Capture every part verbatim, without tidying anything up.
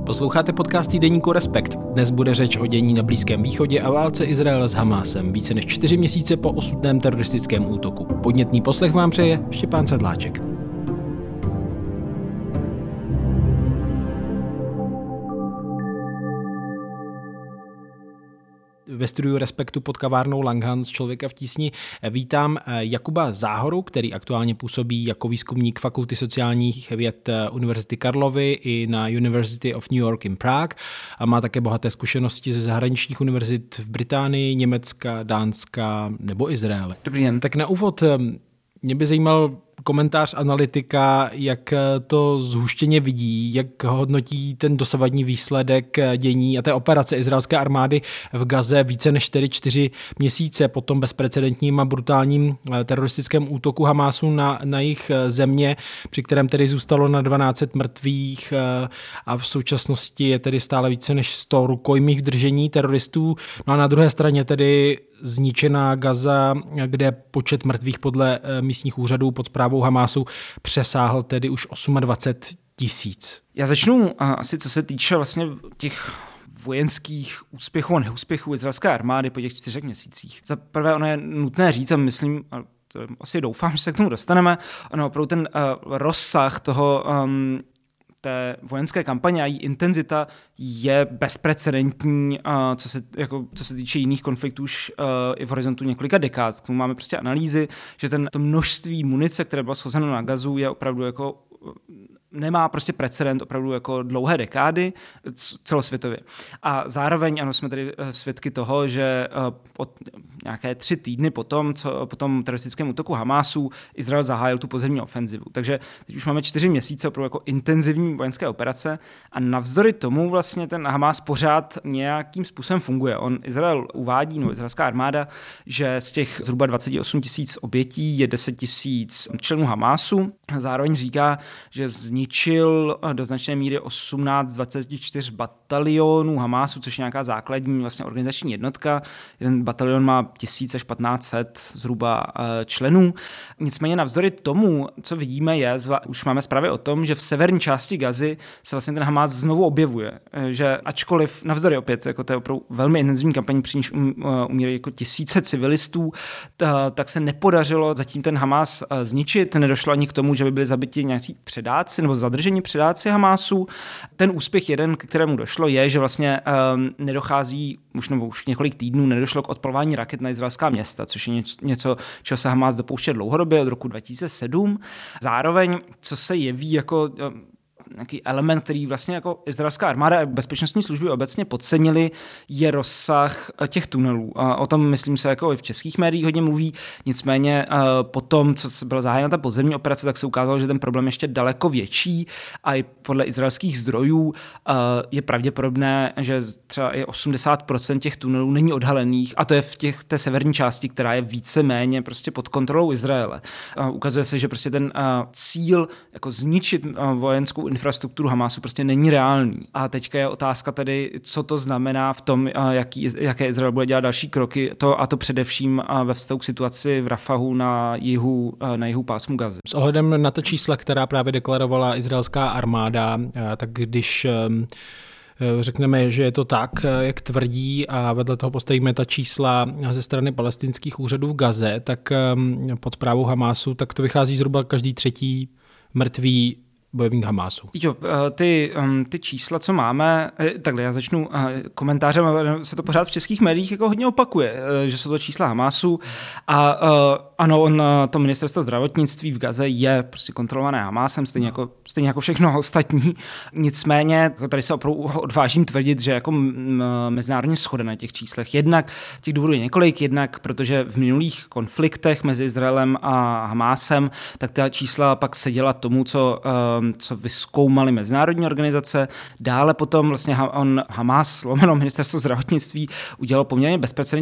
Posloucháte podcast týdeníku Respekt. Dnes bude řeč o dění na Blízkém východě a válce Izraele s Hamásem více než čtyři měsíce po osudném teroristickém útoku. Podnětný poslech vám přeje Štěpán Sedláček. Ve studiu Respektu pod kavárnou Langhans Člověka v tísni vítám Jakuba Záhoru, který aktuálně působí jako výzkumník Fakulty sociálních věd Univerzity Karlovy i na University of New York in Prague a má také bohaté zkušenosti ze zahraničních univerzit v Británii, Německa, Dánska nebo Izraele. Dobrý den. Tak na úvod mě by zajímal komentář analytika, jak to zhuštěně vidí, jak hodnotí ten dosavadní výsledek dění a té operace izraelské armády v Gaze více než čtyři měsíce po tom bezprecedentním a brutálním teroristickém útoku Hamásu na, na jejich země, při kterém tedy zůstalo na dvanáct set mrtvých a v současnosti je tedy stále více než sto rukojmích v držení teroristů. No a na druhé straně tedy zničená Gaza, kde počet mrtvých podle místních úřadů pod správou Hamásu přesáhl tedy už dvacet osm tisíc. Já začnu asi co se týče vlastně těch vojenských úspěchů a neúspěchů izraelské armády po těch čtyřech měsících. Za prvé ono je nutné říct a myslím, a to asi doufám, že se k tomu dostaneme, ono opravdu ten uh, rozsah toho um, té vojenské kampaně a její intenzita je bezprecedentní, co se, jako, co se týče jiných konfliktů už uh, i v horizontu několika dekád. K tomu máme prostě analýzy, že ten, to množství munice, které bylo shozeno na Gazu, je opravdu jako nemá prostě precedent opravdu jako dlouhé dekády celosvětově. A zároveň ano, jsme tady svědky toho, že od nějaké tři týdny potom, co po tom teroristickém útoku Hamásu, Izrael zahájil tu pozemní ofenzivu. Takže teď už máme čtyři měsíce opravdu jako intenzivní vojenské operace a navzdory tomu vlastně ten Hamás pořád nějakým způsobem funguje. On Izrael uvádí, no izraelská armáda, že z těch zhruba dvacet osm tisíc obětí je deset tisíc členů Hamásu. Zároveň říká, že zničil do značné míry osmnáct z dvaceti čtyř batalionů Hamásu, což je nějaká základní vlastně organizační jednotka. Jeden batalion má tisíc až patnáct set zhruba členů. Nicméně navzdory tomu, co vidíme, je, už máme zprávy o tom, že v severní části Gazy se vlastně ten Hamás znovu objevuje. Že ačkoliv navzdory opět, jako to je opravdu velmi intenzivní kampaň, při níž umírají jako tisíce civilistů, tak se nepodařilo zatím ten Hamás zničit. Nedošlo ani k tomu, že by byli zabiti nějací předáci nebo zadržení předáci Hamásu. Ten úspěch jeden, k kterému došlo, je, že vlastně um, nedochází už nebo už několik týdnů nedošlo k odpalování raket na izraelská města, což je něco, čeho se Hamás dopouštěl dlouhodobě od roku dva tisíce sedm. Zároveň, co se jeví jako nějaký element, který vlastně jako izraelská armáda a bezpečnostní služby obecně podcenili, je rozsah těch tunelů. A o tom, myslím se, jako i v českých médiích hodně mluví. Nicméně po tom, co byla zahájena ta podzemní operace, tak se ukázalo, že ten problém je ještě daleko větší a i podle izraelských zdrojů je pravděpodobné, že třeba i osmdesát procent těch tunelů není odhalených a to je v těch, té severní části, která je víceméně prostě pod kontrolou Izraele. Ukazuje se, že prostě ten cíl jako zničit vojenskou infrastrukturu Hamásu prostě není reálný. A teďka je otázka tedy, co to znamená v tom, jaký, jaké Izrael bude dělat další kroky, to, a to především ve vztahu k situaci v Rafahu na jihu, na jihu pásmu Gazy. S ohledem na ta čísla, která právě deklarovala izraelská armáda, tak když řekneme, že je to tak, jak tvrdí, a vedle toho postavíme ta čísla ze strany palestinských úřadů v Gaze, tak pod správou Hamásu, tak to vychází zhruba každý třetí mrtvý bojovník Hamásu. Jo, ty, ty čísla, co máme, takhle já začnu komentářem, se to pořád v českých médiích jako hodně opakuje, že jsou to čísla Hamásu a ano, on, to ministerstvo zdravotnictví v Gaze je prostě kontrolované Hamásem, stejně jako, stejně jako všechno ostatní. Nicméně, tady se opravdu odvážím tvrdit, že jako mezinárodně shoda na těch číslech. Jednak těch důvodů je několik, jednak protože v minulých konfliktech mezi Izraelem a Hamásem, tak ta čísla pak seděla tomu, co co vyzkoumaly mezinárodní organizace. Dále potom vlastně on Hamás, lomeno ministerstvo zdravotnictví, udělal poměrně bezprecedentní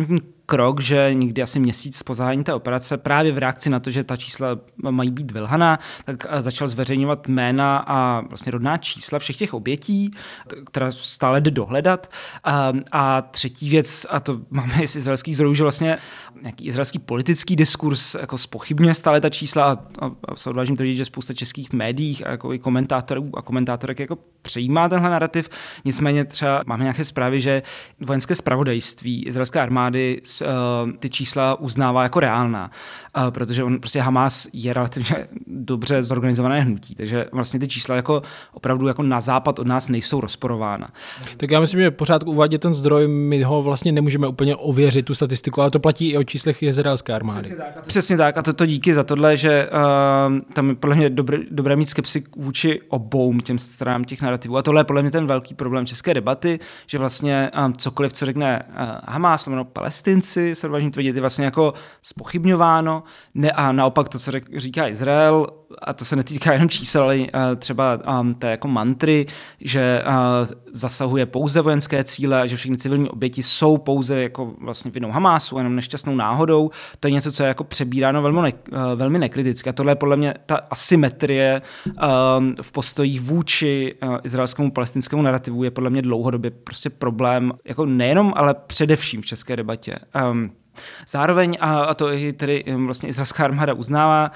krok, že někdy asi měsíc po zahájení té operace právě v reakci na to, že ta čísla mají být vylhaná, tak začal zveřejňovat jména a vlastně rodná čísla všech těch obětí, která stále jde dohledat. A, a třetí věc, a to máme z izraelských zdrojů, že vlastně nějaký izraelský politický diskurs jako zpochybňuje stále ta čísla a, a, a se odvážím tvrdit, že spousta českých médií a jako i komentátorů a komentátorek jako přejímá tenhle narrativ. Nicméně třeba máme nějaké zprávy, že vojenské zpravodajství izraelské armády uh, ty čísla uznává jako reálná, uh, protože on prostě Hamas je relativně dobře zorganizované hnutí, takže vlastně ty čísla jako opravdu jako na západ od nás nejsou rozporována. Tak já myslím, že pořád uvádět ten zdroj, my ho vlastně nemůžeme úplně ověřit, tu statistiku, ale to platí i o číslech izraelské armády. Přesně tak, a to, Přesně tak, a to, to díky za tohle, že uh, tam je podle mě dobré, dobré mít skepsi vůči obou těm stranám těch narrativů. A tohle je podle mě ten velký problém české debaty, že vlastně um, cokoliv, co řekne uh, Hamas, no Palestinci, se odvážím tvrdit, je vlastně jako zpochybňováno, ne, a naopak to, co řek, říká Izrael, a to se netýká jenom čísel, ale uh, třeba um, té jako mantry, že uh, zasahuje pouze vojenské cíle a že všechny civilní oběti jsou pouze jako vlastně vinou Hamásu, jenom nešťastnou náhodou. To je něco, co je jako přebíráno velmi, ne, uh, velmi nekriticky. A tohle je podle mě ta asymetrie um, v postojích vůči uh, izraelskému palestinskému narrativu je podle mě dlouhodobě prostě problém, jako nejenom, ale především v české debatě. Um, Zároveň, a to i tedy vlastně izraelská armáda uznává,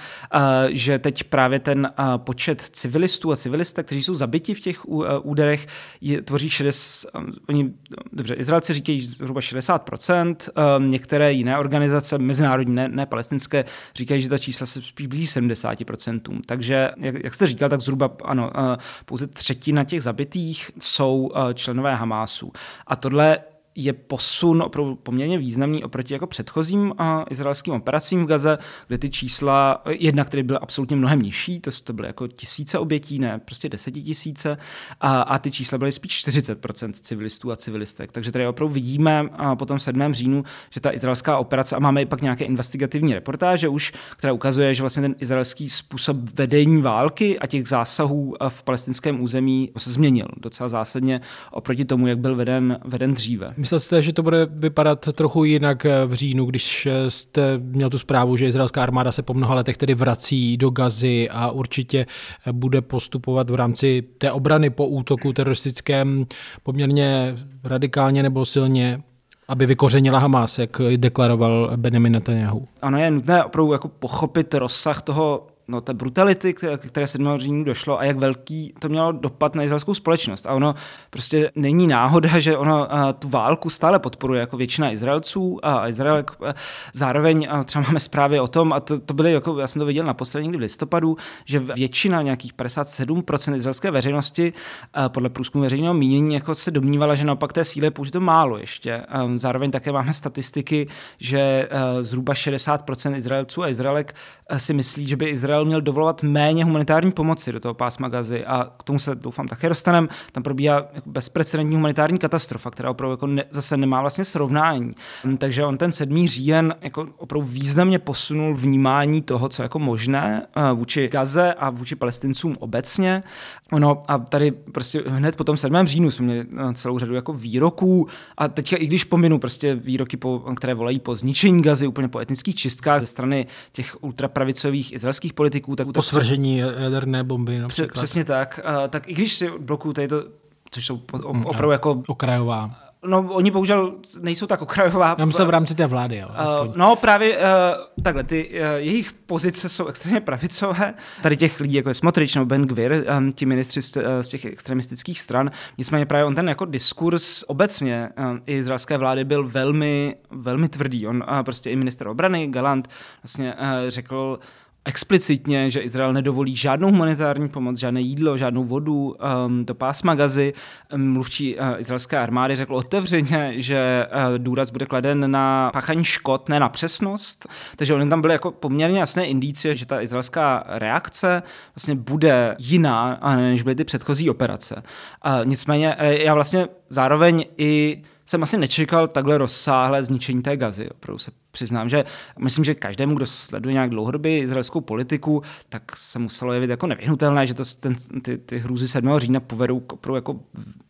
že teď právě ten počet civilistů a civilistek, kteří jsou zabiti v těch úderech, je, tvoří šedesát procent, oni, dobře, Izraelci říkají zhruba šedesát procent, některé jiné organizace, mezinárodní, ne, ne palestinské, říkají, že ta čísla se spíš blíží sedmdesát procent. Takže, jak, jak jste říkal, tak zhruba ano, pouze třetina těch zabitých jsou členové Hamásu. A tohle je posun opravdu poměrně významný oproti jako předchozím uh, izraelským operacím v Gaze, kde ty čísla, jedna, které byly absolutně mnohem nižší, to, to byly jako tisíce obětí, ne prostě desetitisíce, a, a ty čísla byly spíš čtyřicet procent civilistů a civilistek. Takže tady opravdu vidíme uh, po tom sedmém říjnu, že ta izraelská operace, a máme i pak nějaké investigativní reportáže už, která ukazuje, že vlastně ten izraelský způsob vedení války a těch zásahů v palestinském území se změnil docela zásadně oproti tomu, jak byl veden, veden dříve. Myslel jste, že to bude vypadat trochu jinak v říjnu, když jste měl tu zprávu, že izraelská armáda se po mnoha letech tedy vrací do Gazy a určitě bude postupovat v rámci té obrany po útoku teroristickém poměrně radikálně nebo silně, aby vykořenila Hamas, jak deklaroval Benjamin Netanyahu? Ano, je nutné opravdu jako pochopit rozsah toho, no, té brutality, které sedmého října došlo a jak velký to mělo dopad na izraelskou společnost. A ono prostě není náhoda, že ono a, tu válku stále podporuje jako většina Izraelců a Izrael a, zároveň a třeba máme zprávy o tom, a to, to byly, jako já jsem to viděl naposledy někdy v listopadu, že většina, nějakých padesát sedm procent izraelské veřejnosti a, podle průzkumu veřejného mínění jako se domnívala, že naopak té síly je použito málo ještě. A, zároveň také máme statistiky, že a, zhruba šedesát procent Izraelců a Izraelek a, si myslí, že by Izrael měl dovolovat méně humanitární pomoci do toho pásma Gazy a k tomu se doufám také dostaneme. Tam probíhá jako bezprecedentní humanitární katastrofa, která opravdu jako ne, zase nemá vlastně srovnání. Takže on ten sedmý říjen jako opravdu významně posunul vnímání toho, co je jako možné vůči Gaze a vůči Palestincům obecně. Ono a tady prostě hned po tom sedmém říjnu jsme měli celou řadu jako výroků a teďka i když pominu prostě výroky, po, které volají po zničení Gazy, úplně po etnických čistkách ze strany těch ultrapravicových izraelských politiků, tak po svržení jaderné bomby například. Přesně tak. Tak i když si blokují tady to, což jsou opravdu jako okrajová. No, oni bohužel nejsou tak okrajová. Já myslím v rámci té vlády, ale uh, No, právě uh, takhle, ty uh, jejich pozice jsou extrémně pravicové. Tady těch lidí, jako je Smotrich nebo Ben Gvir, um, ti ministři z, uh, z těch extremistických stran. Nicméně právě on ten jako diskurs obecně uh, i izraelské vlády byl velmi, velmi tvrdý. On uh, prostě i minister obrany Galant vlastně uh, řekl explicitně, že Izrael nedovolí žádnou humanitární pomoc, žádné jídlo, žádnou vodu um, do pásma Gazy. Mluvčí uh, izraelské armády řekl otevřeně, že uh, důraz bude kladen na páchání škod, ne na přesnost. Takže oni tam byly jako poměrně jasné indicie, že ta izraelská reakce vlastně bude jiná, než byly ty předchozí operace. Uh, nicméně uh, já vlastně zároveň i jsem asi nečekal takhle rozsáhlé zničení té Gazy. Opravdu se přiznám, že myslím, že každému, kdo sleduje nějak dlouhodobě izraelskou politiku, tak se muselo jevit jako nevyhnutelné, že to, ten, ty, ty hrůzy sedmého října povedou k opravdu jako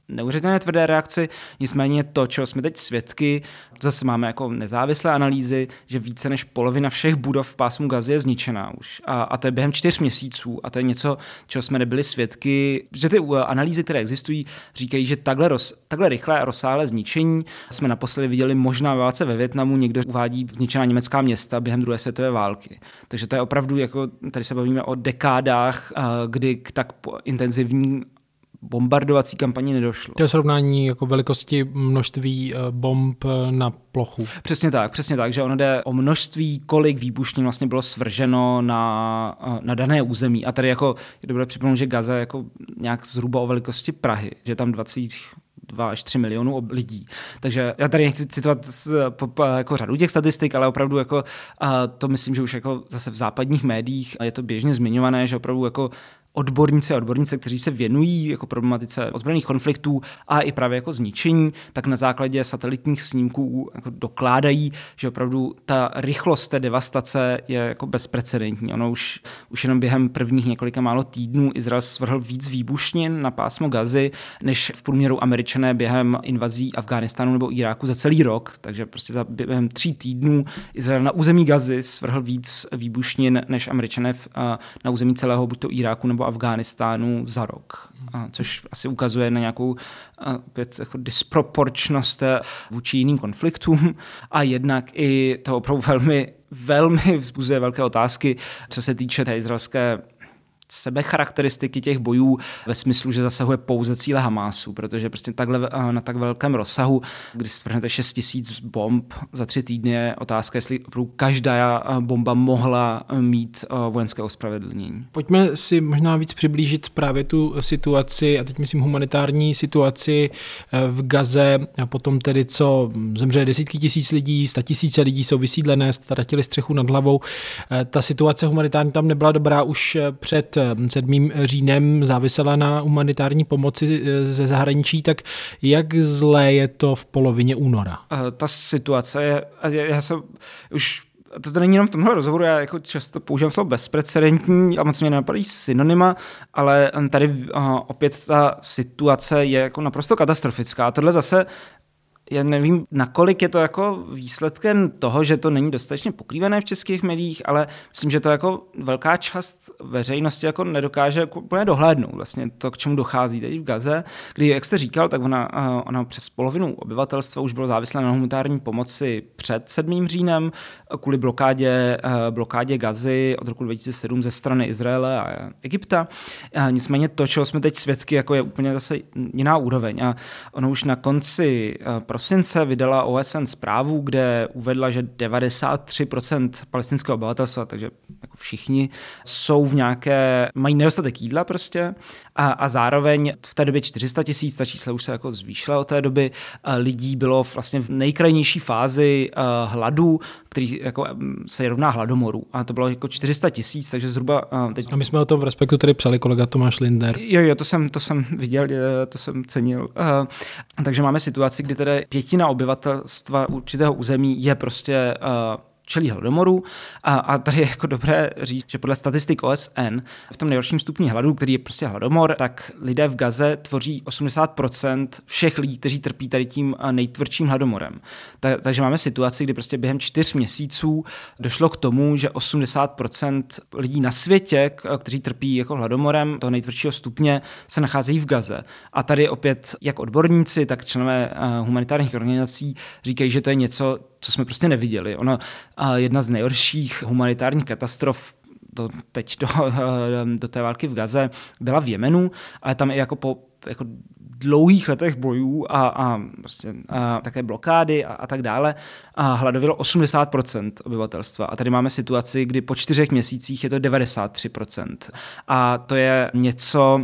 neuvěřitelně tvrdé reakci, nicméně to, čeho jsme teď svědky, zase máme jako nezávislé analýzy, že více než polovina všech budov v pásmu Gazy je zničená už. A, a to je během čtyř měsíců a to je něco, čeho jsme nebyli svědky, že ty analýzy, které existují, říkají, že takhle, roz, takhle rychlé a rozsáhlé zničení jsme naposledy viděli možná ve válce ve Vietnamu, někdo uvádí zničená německá města během druhé světové války. Takže to je opravdu, jako tady se bavíme o dekádách, kdy k tak intenzivní bombardovací kampani nedošlo. To je srovnání jako velikosti množství bomb na plochu. Přesně tak, přesně tak, že ono jde o množství, kolik výbušnin vlastně bylo svrženo na, na dané území. A tady jako je dobré připomenout, že Gaza je jako nějak zhruba o velikosti Prahy, že tam dvacet dva až tři milionů lidí. Takže já tady nechci citovat jako řadu těch statistik, ale opravdu jako to myslím, že už jako zase v západních médiích je to běžně zmiňované, že opravdu jako odborníci a odbornice, kteří se věnují jako problematice ozbrojených konfliktů a i právě jako zničení, tak na základě satelitních snímků jako dokládají, že opravdu ta rychlost té devastace je jako bezprecedentní. Ono už, už jenom během prvních několika málo týdnů Izrael svrhl víc výbušnin na pásmo Gazy, než v průměru Američané během invazí Afghánistánu nebo Iráku za celý rok. Takže prostě za během tří týdnů Izrael na území Gazy svrhl víc výbušnin, než Američané na území celého buď to Iráku nebo Afghánistánu za rok, což asi ukazuje na nějakou opět jako disproporčnost vůči jiným konfliktům a jednak i to opravdu velmi, velmi vzbuzuje velké otázky, co se týče té izraelské sebecharakteristiky těch bojů ve smyslu, že zasahuje pouze cíle Hamásu, protože prostě takhle na tak velkém rozsahu, když svrhnete šest tisíc bomb za tři týdny, je otázka, jestli každá bomba mohla mít vojenské ospravedlnění. Pojďme si možná víc přiblížit právě tu situaci, a teď myslím humanitární situaci v Gaze, a potom tedy, co zemřeli desítky tisíc lidí, sta tisíce lidí jsou vysídlené, ztratili střechu nad hlavou. Ta situace humanitární tam nebyla dobrá už před sedmým říjnem, závisela na humanitární pomoci ze zahraničí, tak jak zlé je to v polovině února? Ta situace je, já jsem už to, to není jenom v tomhle rozhovoru, já jako často používám slovo bezprecedentní a moc mě nenapadají synonyma, ale tady uh, opět ta situace je jako naprosto katastrofická. A tohle zase já nevím, nakolik je to jako výsledkem toho, že to není dostatečně pokrývané v českých médiích, ale myslím, že to jako velká část veřejnosti jako nedokáže jako úplně dohlédnout vlastně to, k čemu dochází teď v Gaze, kdy, jak jste říkal, tak ona, ona přes polovinu obyvatelstva už bylo závislé na humanitární pomoci před sedmým říjnem kvůli blokádě, blokádě Gazy od roku dva tisíce sedm ze strany Izraele a Egypta. A nicméně to, čeho jsme teď svědky, jako je úplně zase jiná úroveň. A ono už na konci prosince vydala O S N zprávu, kde uvedla, že devadesát tři procent palestinského obyvatelstva, takže jako všichni, jsou v nějaké, mají nedostatek jídla prostě a, a zároveň v té době čtyři sta tisíc, ta čísla už se jako zvýšila od té doby, lidí bylo vlastně v nejkrajnější fázi uh, hladu, který jako se rovná hladomoru. A to bylo jako čtyři sta tisíc, takže zhruba uh, teď... A my jsme o tom v Respektu tady psali, kolega Tomáš Linder. Jo, jo, to jsem, to jsem viděl, to jsem cenil. Uh, takže máme situaci, kdy tedy pětina obyvatelstva určitého území je prostě uh, čelí hladomoru a, a tady je jako dobré říct, že podle statistik O S N v tom nejhorším stupni hladu, který je prostě hladomor, tak lidé v Gaze tvoří osmdesát procent všech lidí, kteří trpí tady tím nejtvrdším hladomorem. Ta, takže máme situaci, kdy prostě během čtyř měsíců došlo k tomu, že osmdesát procent lidí na světě, kteří trpí jako hladomorem toho nejtvrdšího stupně, se nacházejí v Gaze. A tady opět jak odborníci, tak členové humanitárních organizací říkají, že to je něco, co jsme prostě neviděli. Ono, jedna z nejhorších humanitárních katastrof do, teď do, do té války v Gaze byla v Jemenu, ale tam i jako po jako dlouhých letech bojů a, a, prostě, a také blokády a, a tak dále a hladovilo osmdesát procent obyvatelstva. A tady máme situaci, kdy po čtyřech měsících je to devadesát tři procent. A to je něco,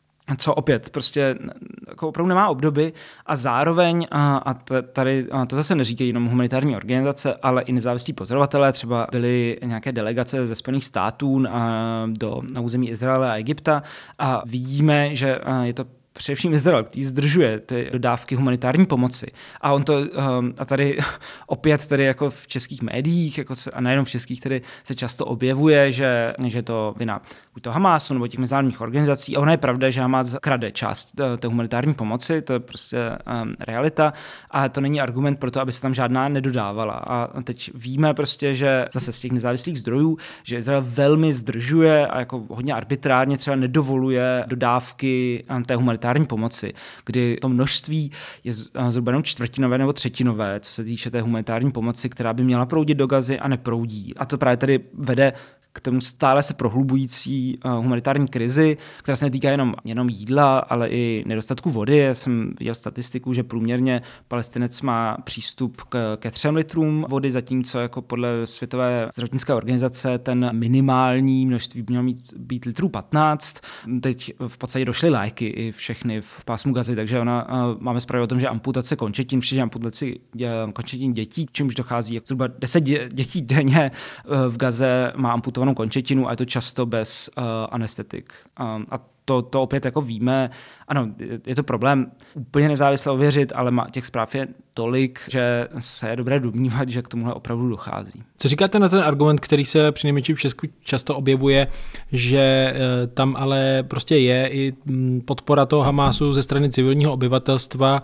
co opět prostě jako opravdu nemá obdoby a zároveň, a, a tady a to zase neříkají jenom humanitární organizace, ale i nezávislí pozorovatelé, třeba byly nějaké delegace ze Spojených států a, do, na území Izraele a Egypta a vidíme, že je to především Izrael, který zdržuje ty dodávky humanitární pomoci. A on to, a tady opět tady jako v českých médiích, jako se, a nejenom v českých, tedy se často objevuje, že, že to vina buď to Hamásu nebo těch mezinárodních organizací. A ono je pravda, že Hamás krade část té humanitární pomoci, to je prostě um, realita, ale to není argument pro to, aby se tam žádná nedodávala. A teď víme prostě, že zase z těch nezávislých zdrojů, že Izrael velmi zdržuje a jako hodně arbitrárně třeba nedovoluje dodávky té humanitární pomoci, kdy to množství je zhruba jenom čtvrtinové nebo třetinové, co se týče té humanitární pomoci, která by měla proudit do Gazy a neproudí. A to právě tady vede k tomu stále se prohlubující uh, humanitární krizi, která se netýká jenom, jenom jídla, ale i nedostatku vody. Já jsem viděl statistiku, že průměrně Palestinec má přístup k, ke třem litrům vody, zatímco jako podle Světové zdravotnické organizace ten minimální množství by mělo mít být litrů patnáct. Teď v podstatě došly léky i všechny v pásmu Gazy, takže ona, uh, máme zprávy o tom, že amputace končetin, včetně amputaci uh, končetin dětí, k čemuž dochází jak zhruba deset dětí denně uh, v Gaze má amputovanou končetinu a je to často bez uh, anestetik. Um, a to, to opět jako víme, ano, je to problém úplně nezávisle ověřit, ale má, těch zpráv je tolik, že se je dobré domnívat, že k tomuhle opravdu dochází. Co říkáte na ten argument, který se přinejmenším v Česku často objevuje, že tam ale prostě je i podpora toho Hamásu ze strany civilního obyvatelstva,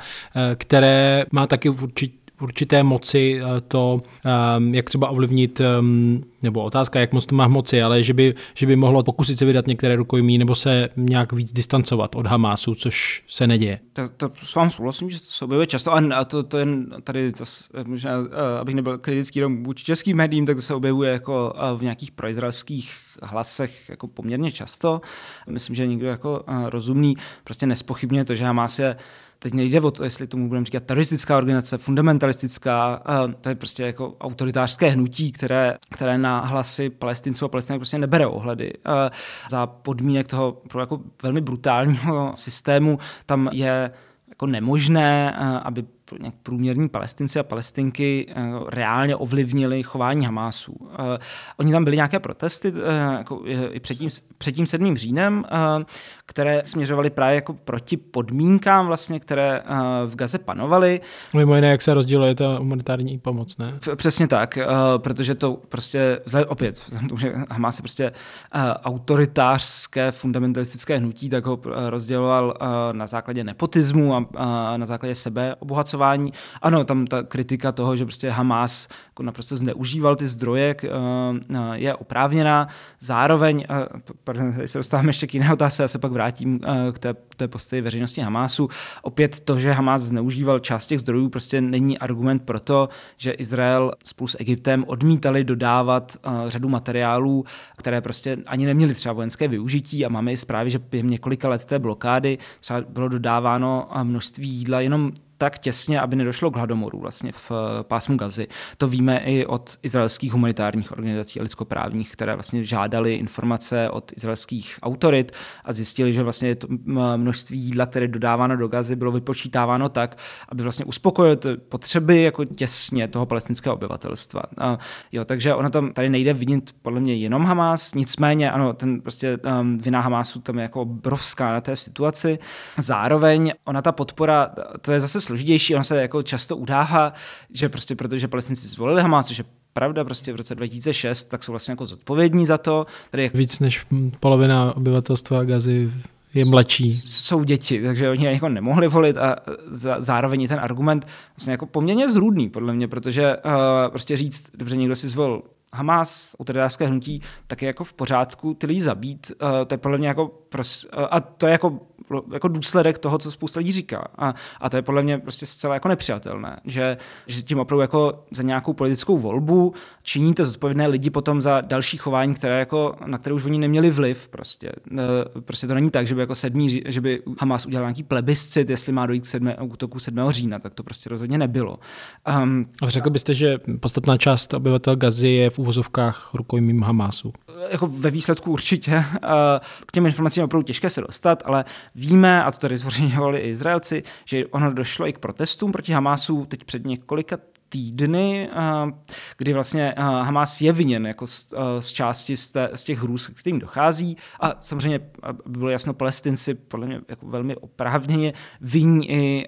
které má taky určitě určité moci to, jak třeba ovlivnit, nebo otázka, jak moc to má moci, ale že by, že by mohlo pokusit se vydat některé rukojmí nebo se nějak víc distancovat od Hamásu, což se neděje. To, to s vám souhlasím, že to se objevuje často a to, to jen tady, to, možná, abych nebyl kritický vůči českým médiím, tak to se objevuje jako v nějakých proizraelských hlasech jako poměrně často. Myslím, že nikdo jako rozumný prostě nespochybňuje to, že Hamás je. Teď nejde o to, jestli tomu budeme říkat teroristická organizace, fundamentalistická, to je prostě jako autoritářské hnutí, které, které na hlasy Palestinců a Palestinek prostě nebere ohledy. Za podmínek toho jako velmi brutálního systému tam je jako nemožné, aby průměrní Palestinci a Palestinky reálně ovlivnili chování Hamásu. Oni tam byli nějaké protesty jako i před tím, před tím sedmým říjnem, které směřovaly právě jako proti podmínkám, vlastně, které v Gaze panovaly. Mimo jiné, jak se rozděluje ta humanitární pomoc, ne? Přesně tak, protože to prostě, opět, že Hamás je prostě autoritářské, fundamentalistické hnutí, tak ho rozděloval na základě nepotismu a na základě sebeobohacování. Ano, tam ta kritika toho, že prostě Hamás jako naprosto zneužíval ty zdroje, je oprávněná. Zároveň, pardon, se dostáváme ještě k jiné otázce, já se pak vrátím k té, té postoji veřejnosti Hamásu. Opět to, že Hamás zneužíval část těch zdrojů, prostě není argument pro to, že Izrael spolu s Egyptem odmítali dodávat řadu materiálů, které prostě ani neměly třeba vojenské využití a máme i zprávy, že během několika let té blokády třeba bylo dodáváno množství jídla jenom tak těsně, aby nedošlo k hladomoru vlastně v pásmu Gazy. To víme i od izraelských humanitárních organizací a lidskoprávních, které vlastně žádali informace od izraelských autorit a zjistili, že vlastně to množství jídla, které je dodáváno do Gazy, bylo vypočítáváno tak, aby vlastně uspokojilo potřeby jako těsně toho palestinského obyvatelstva. A jo, takže ono tam tady nejde vinit podle mě jenom Hamás, nicméně ano, ten prostě um, vina Hamásu tam je jako obrovská na té situaci. Zároveň ona ta podpora, to je zase složitější, ona se jako často udává, že prostě protože Palestinci zvolili Hamás, což je pravda, prostě v roce dva tisíce šest, tak jsou vlastně jako zodpovědní za to. Tady jak... Víc než polovina obyvatelstva Gazy je mladší. Jsou děti, takže oni jako nemohli volit a zároveň ten argument vlastně jako poměrně zrůdný podle mě, protože uh, prostě říct, dobře, někdo si zvolil Hamás, autoritářské hnutí, tak je jako v pořádku ty lidi zabít. Uh, to je podle mě jako pros, uh, a to je jako, jako důsledek toho, co spousta lidí říká. A, a to je podle mě prostě zcela jako nepřijatelné, že, že tím opravdu jako za nějakou politickou volbu činíte zodpovědné lidi potom za další chování, které jako, na které už oni neměli vliv. Prostě. Uh, prostě to není tak, že by jako sedmý, že by Hamás udělal nějaký plebiscit, jestli má dojít k sedmé, útoku sedmého října, tak to prostě rozhodně nebylo. Um, a řekl byste, že podstatná část obyvatel Gazy je v uvozovkách rukojmím Hamásu? Jako ve výsledku určitě. K těm informacím je opravdu těžké se dostat, ale víme, a to tady zvořeňovali i Izraelci, že ono došlo i k protestům proti Hamásu teď před několika týdny, kdy vlastně Hamas je viněn jako z, z části z, té, z těch hrůz, k kterým dochází. A samozřejmě, aby bylo jasno, Palestinci podle mě jako velmi oprávněně viní i,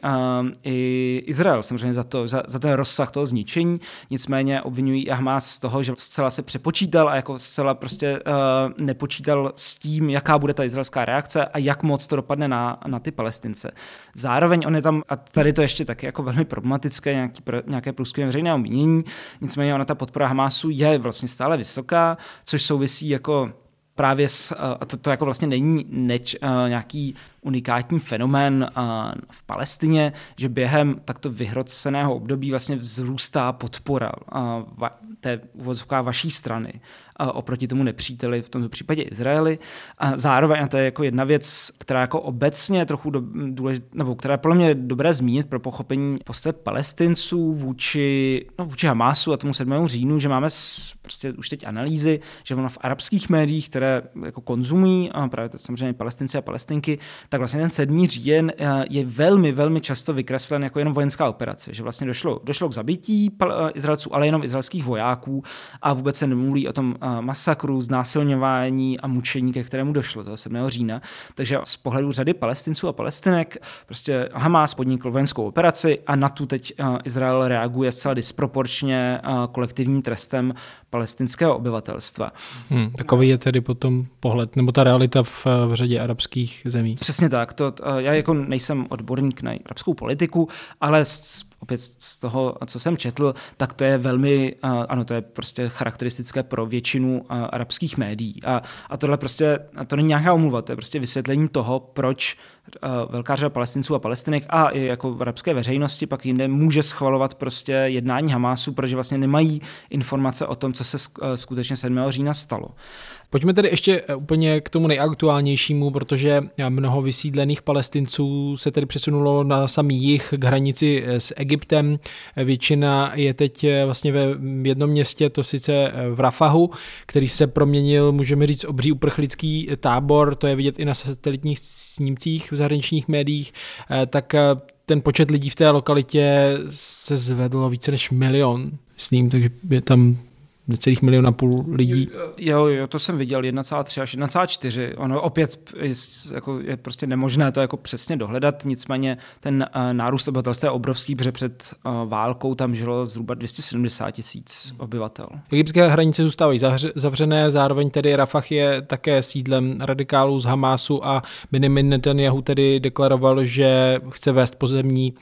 i Izrael samozřejmě za, to, za, za ten rozsah toho zničení. Nicméně obvinují Hamas z toho, že zcela se přepočítal a jako zcela prostě uh, nepočítal s tím, jaká bude ta izraelská reakce a jak moc to dopadne na, na ty Palestince. Zároveň on je tam, a tady to ještě taky jako velmi problematické, nějaký, nějaké průzkumy veřejného mínění, nicméně ona ta podpora Hamásu je vlastně stále vysoká, což souvisí jako právě s, a to, to jako vlastně není neč, uh, nějaký unikátní fenomén uh, v Palestině, že během takto vyhroceného období vlastně vzrůstá podpora uh, va, té uvozovká vaší strany uh, oproti tomu nepříteli, v tomto případě Izraeli. A zároveň, a to je jako jedna věc, která jako obecně trochu do, důležitá, nebo která je podle mě dobré zmínit pro pochopení postoje Palestinců vůči, no, vůči Hamásu a tomu sedmému říjnu, že máme s, prostě už teď analýzy, že ono v arabských médiích, které jako konzumují, a právě to samozřejmě Palestinci a Palestinky, tak vlastně ten sedmý říjen je velmi, velmi často vykreslen jako jenom vojenská operace, že vlastně došlo, došlo k zabití Izraelců, ale jenom izraelských vojáků a vůbec se nemluví o tom masakru, znásilňování a mučení, ke kterému došlo toho sedmého října. Takže z pohledu řady Palestinců a Palestinek prostě Hamás podnikl vojenskou operaci a na tu teď Izrael reaguje zcela disproporčně kolektivním trestem palestinského obyvatelstva. Hmm, takový je tedy potom pohled, nebo ta realita v, v řadě arabských zemí. Přesně tak. To, já jako nejsem odborník na arabskou politiku, ale z, opět z toho, co jsem četl, tak to je velmi, ano, to je prostě charakteristické pro většinu arabských médií. A, a tohle prostě, to není nějaká omluva, to je prostě vysvětlení toho, proč velká řada Palestinců a Palestinek a i jako v arabské veřejnosti pak jinde může schvalovat prostě jednání Hamásu, protože vlastně nemají informace o tom, co se skutečně sedmého října stalo. Pojďme tedy ještě úplně k tomu nejaktuálnějšímu, protože mnoho vysídlených Palestinců se tedy přesunulo na samý jih k hranici s Egyptem. Většina je teď vlastně ve jednom městě, to sice v Rafahu, který se proměnil, můžeme říct, obří uprchlický tábor, to je vidět i na satelitních snímcích v zahraničních médiích, tak ten počet lidí v té lokalitě se zvedl více než milion, myslím, takže je tam necelých milion a půl lidí. Jo, jo, to jsem viděl, jedna celá tři až jedna celá čtyři. Ono opět je, jako, je prostě nemožné to jako přesně dohledat, nicméně ten uh, nárůst obyvatelstva je obrovský, protože před uh, válkou tam žilo zhruba dvě stě sedmdesát tisíc obyvatel. Egyptské hranice zůstávají zavřené, zároveň tedy Rafah je také sídlem radikálů z Hamásu a Benjamin Netanyahu tedy deklaroval, že chce vést pozemní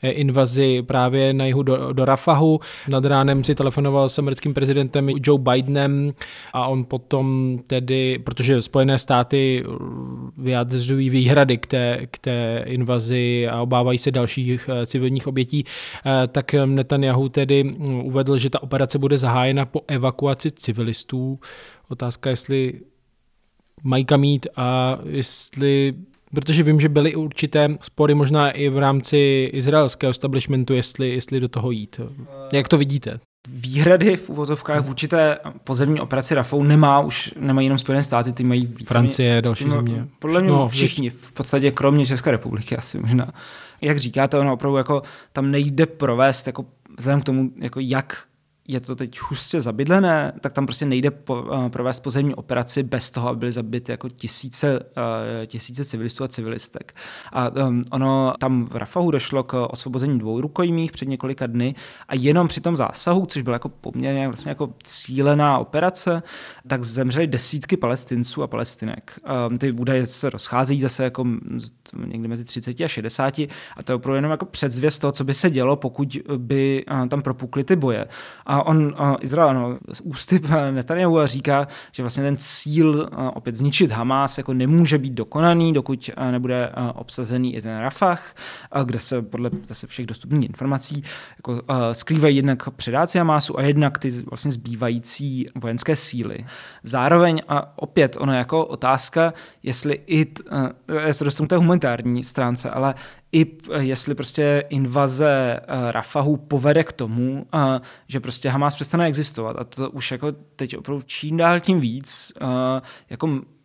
invazi právě na jihu do, do Rafahu. Nad ránem si telefonoval s americkým prezidentem Joe Bidenem a on potom tedy, protože Spojené státy vyjadřují výhrady k té, k té invazi a obávají se dalších civilních obětí, tak Netanyahu tedy uvedl, že ta operace bude zahájena po evakuaci civilistů. Otázka, jestli mají kam jít a jestli, protože vím, že byly určité spory možná i v rámci izraelského establishmentu, jestli, jestli do toho jít. Jak to vidíte? Výhrady v uvozovkách v určité pozemní operaci Rafou nemá už, nemají jenom Spojené státy, ty mají více. Francie, další má, země. Podle mě no, všichni, v podstatě kromě České republiky asi možná. Jak říkáte, ono opravdu jako tam nejde provést, jako vzhledem k tomu, jako jak je to teď hustě zabydlené, tak tam prostě nejde po, uh, provést pozemní operaci bez toho, aby byly zabity jako tisíce, uh, tisíce civilistů a civilistek. A um, ono tam v Rafahu došlo k osvobození dvou rukojmích před několika dny a jenom při tom zásahu, což byla jako poměrně vlastně jako cílená operace, tak zemřely desítky Palestinců a Palestinek. Um, ty údaje se rozcházejí zase jako někdy mezi třiceti a šedesáti a to je opravdu jenom jako předzvěst toho, co by se dělo, pokud by uh, tam propukly ty boje. A on, uh, Izrael, no, z ústy Netanyahu říká, že vlastně ten cíl uh, opět zničit Hamás jako nemůže být dokonaný, dokud uh, nebude uh, obsazený i ten Rafah, uh, kde se podle zase všech dostupných informací jako, uh, skrývají jednak předáci Hamásu a jednak ty vlastně zbývající vojenské síly. Zároveň a opět ono jako otázka, jestli i, t, uh, já se dostanu k té humanitární stránce, ale i jestli prostě invaze uh, Rafahu povede k tomu, uh, že prostě Hamás přestane existovat. A to už jako teď opravdu čím dál tím víc uh, jako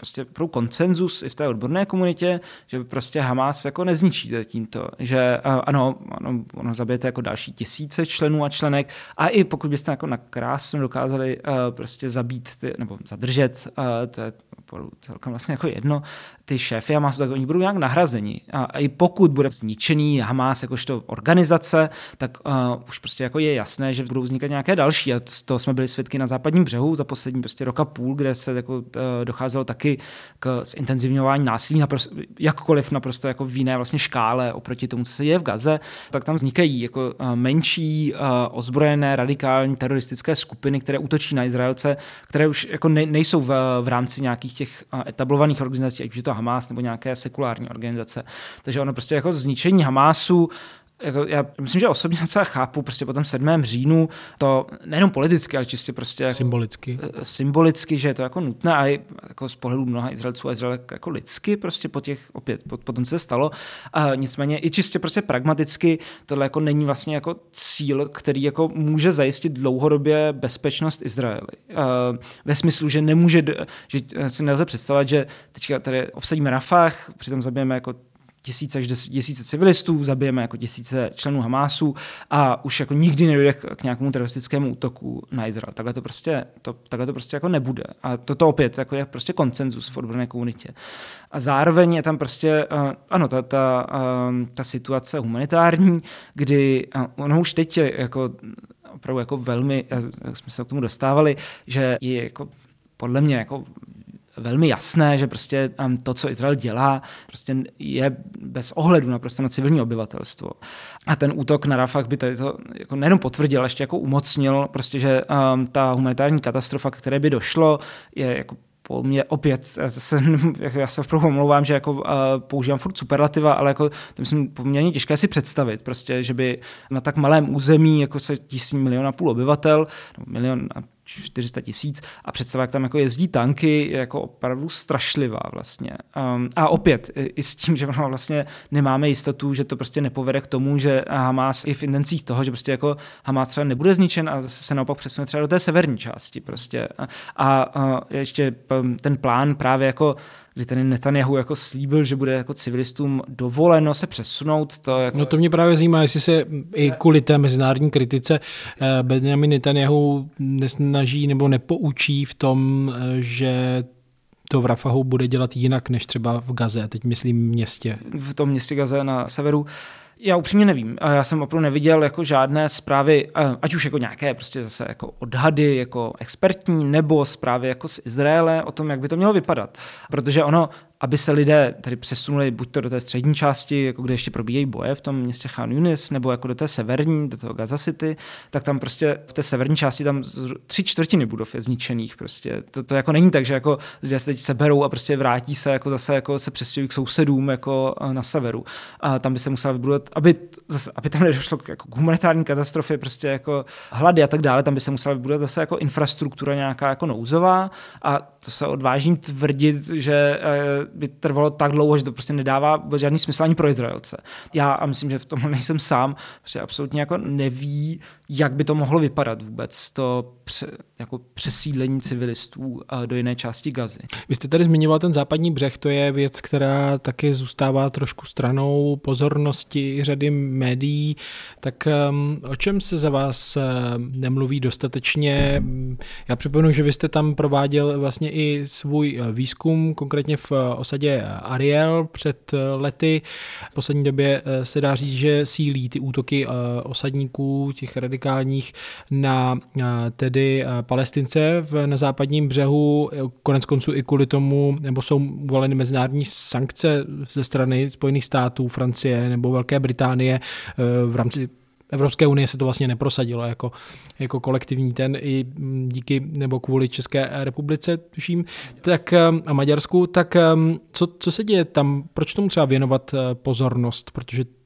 prostě pro konsenzus i v té odborné komunitě, že prostě Hamas jako nezničíte tímto, že ano, ano ono zabijete jako další tisíce členů a členek a i pokud byste jako nakrásně dokázali uh, prostě zabít ty, nebo zadržet, uh, to je celkem vlastně jako jedno, ty šéfy Hamasu, tak oni budou nějak nahrazeni. A, a i pokud bude zničený Hamas jakožto organizace, tak uh, už prostě jako je jasné, že budou vznikat nějaké další. A to jsme byli svědky na západním břehu za poslední prostě roka půl, kde se jako, uh, docházelo taky k zintenzivňování násilí, naprosto, jakkoliv naprosto jako v jiné vlastně škále oproti tomu, co se děje v Gaze, tak tam vznikají jako uh, menší uh, ozbrojené radikální teroristické skupiny, které útočí na Izraelce, které už jako ne, nejsou v, v rámci nějakých těch uh, etablovaných organizací, ať už je to Hamas nebo nějaké sekulární organizace. Takže ono prostě jako zničení Hamásu, jako já myslím, že osobně docela chápu prostě po tom sedmém říjnu to nejenom politicky, ale čistě prostě jako symbolicky. symbolicky, že je to jako nutné a i jako z pohledu mnoha Izraelců a Izraele jako lidsky prostě po těch opět, po, po tom, co se stalo. A nicméně i čistě prostě pragmaticky tohle jako není vlastně jako cíl, který jako může zajistit dlouhodobě bezpečnost Izraeli. Uh, ve smyslu, že nemůže, že si nelze představovat, že teďka tady obsadíme Rafah, přitom zabijeme jako tisíce až tisíce civilistů, zabijeme jako tisíce členů Hamásu a už jako nikdy nedojde k nějakému teroristickému útoku na Izrael. Takhle to prostě, to, takhle to prostě jako nebude. A toto opět jako je prostě konsenzus v odborné komunitě. A zároveň je tam prostě, uh, ano, ta, ta, uh, ta situace humanitární, kdy uh, ono už teď je jako opravdu jako velmi, jak jsme se k tomu dostávali, že je jako podle mě jako velmi jasné, že prostě to, co Izrael dělá, prostě je bez ohledu na, prostě na civilní obyvatelstvo. A ten útok na Rafah by tady to jako nejenom potvrdil, ještě jako umocnil, prostě, že um, ta humanitární katastrofa, které by došlo, je jako po mně opět, já se, já se opravdu omlouvám, že jako, uh, používám furt superlativa, ale jako, to myslím poměrně těžké si představit, prostě, že by na tak malém území, jako se tisíc milion a půl obyvatel, milion a čtyři sta tisíc a představa, jak tam jako jezdí tanky, je jako opravdu strašlivá vlastně. Um, a opět i s tím, že vlastně nemáme jistotu, že to prostě nepovede k tomu, že Hamas i v intencích toho, že prostě jako Hamas třeba nebude zničen a zase se naopak přesune třeba do té severní části prostě. A, a, a ještě ten plán právě jako kdy ten Netanyahu jako slíbil, že bude jako civilistům dovoleno se přesunout. To jako... No to mě právě zajímá, jestli se i kvůli té mezinárodní kritice Benjamin Netanyahu nesnaží nebo nepoučí v tom, že to v Rafahu bude dělat jinak než třeba v Gaze, teď myslím městě. V tom městě Gaze na severu. Já upřímně nevím. Já jsem opravdu neviděl jako žádné zprávy, ať už jako nějaké prostě zase jako odhady, jako expertní, nebo zprávy jako z Izraele o tom, jak by to mělo vypadat. Protože ono, aby se lidé tady přesunuli buď to do té střední části, jako kde ještě probíhají boje v tom městě Khan Yunis, nebo jako do té severní, do toho Gaza City, tak tam prostě v té severní části tam tři čtvrtiny budov je zničených. Prostě. To, to jako není tak, že jako lidé se teď seberou a prostě vrátí se jako zase jako se přestěhují k sousedům jako na severu. A tam by se musela vybudovat, aby, zase, aby tam nedošlo k, jako k humanitární katastrofě, prostě jako hlady a tak dále, tam by se musela vybudovat zase jako infrastruktura nějaká jako nouzová a to se odvážím tvrdit, že by trvalo tak dlouho, že to prostě nedává žádný smysl ani pro Izraelce. Já a myslím, že v tom nejsem sám, protože absolutně jako neví, jak by to mohlo vypadat vůbec, to pře, jako přesídlení civilistů do jiné části Gazy. Vy jste tady zmiňoval ten západní břeh, to je věc, která taky zůstává trošku stranou pozornosti řady médií, tak um, o čem se za vás uh, nemluví dostatečně? Já připomenu, že vy jste tam prováděl vlastně i svůj výzkum, konkrétně v osadě Ariel před lety. V poslední době se dá říct, že sílí ty útoky osadníků, těch radikálních na tedy Palestince v, na západním břehu. Konec konců i kvůli tomu, nebo jsou uvaleny mezinárodní sankce ze strany Spojených států, Francie nebo Velké Británie v rámci Evropské unie se to vlastně neprosadilo jako, jako kolektivní ten i díky nebo kvůli České republice, tuším, tak a Maďarsku, tak co, co se děje tam, proč tomu třeba věnovat pozornost, protože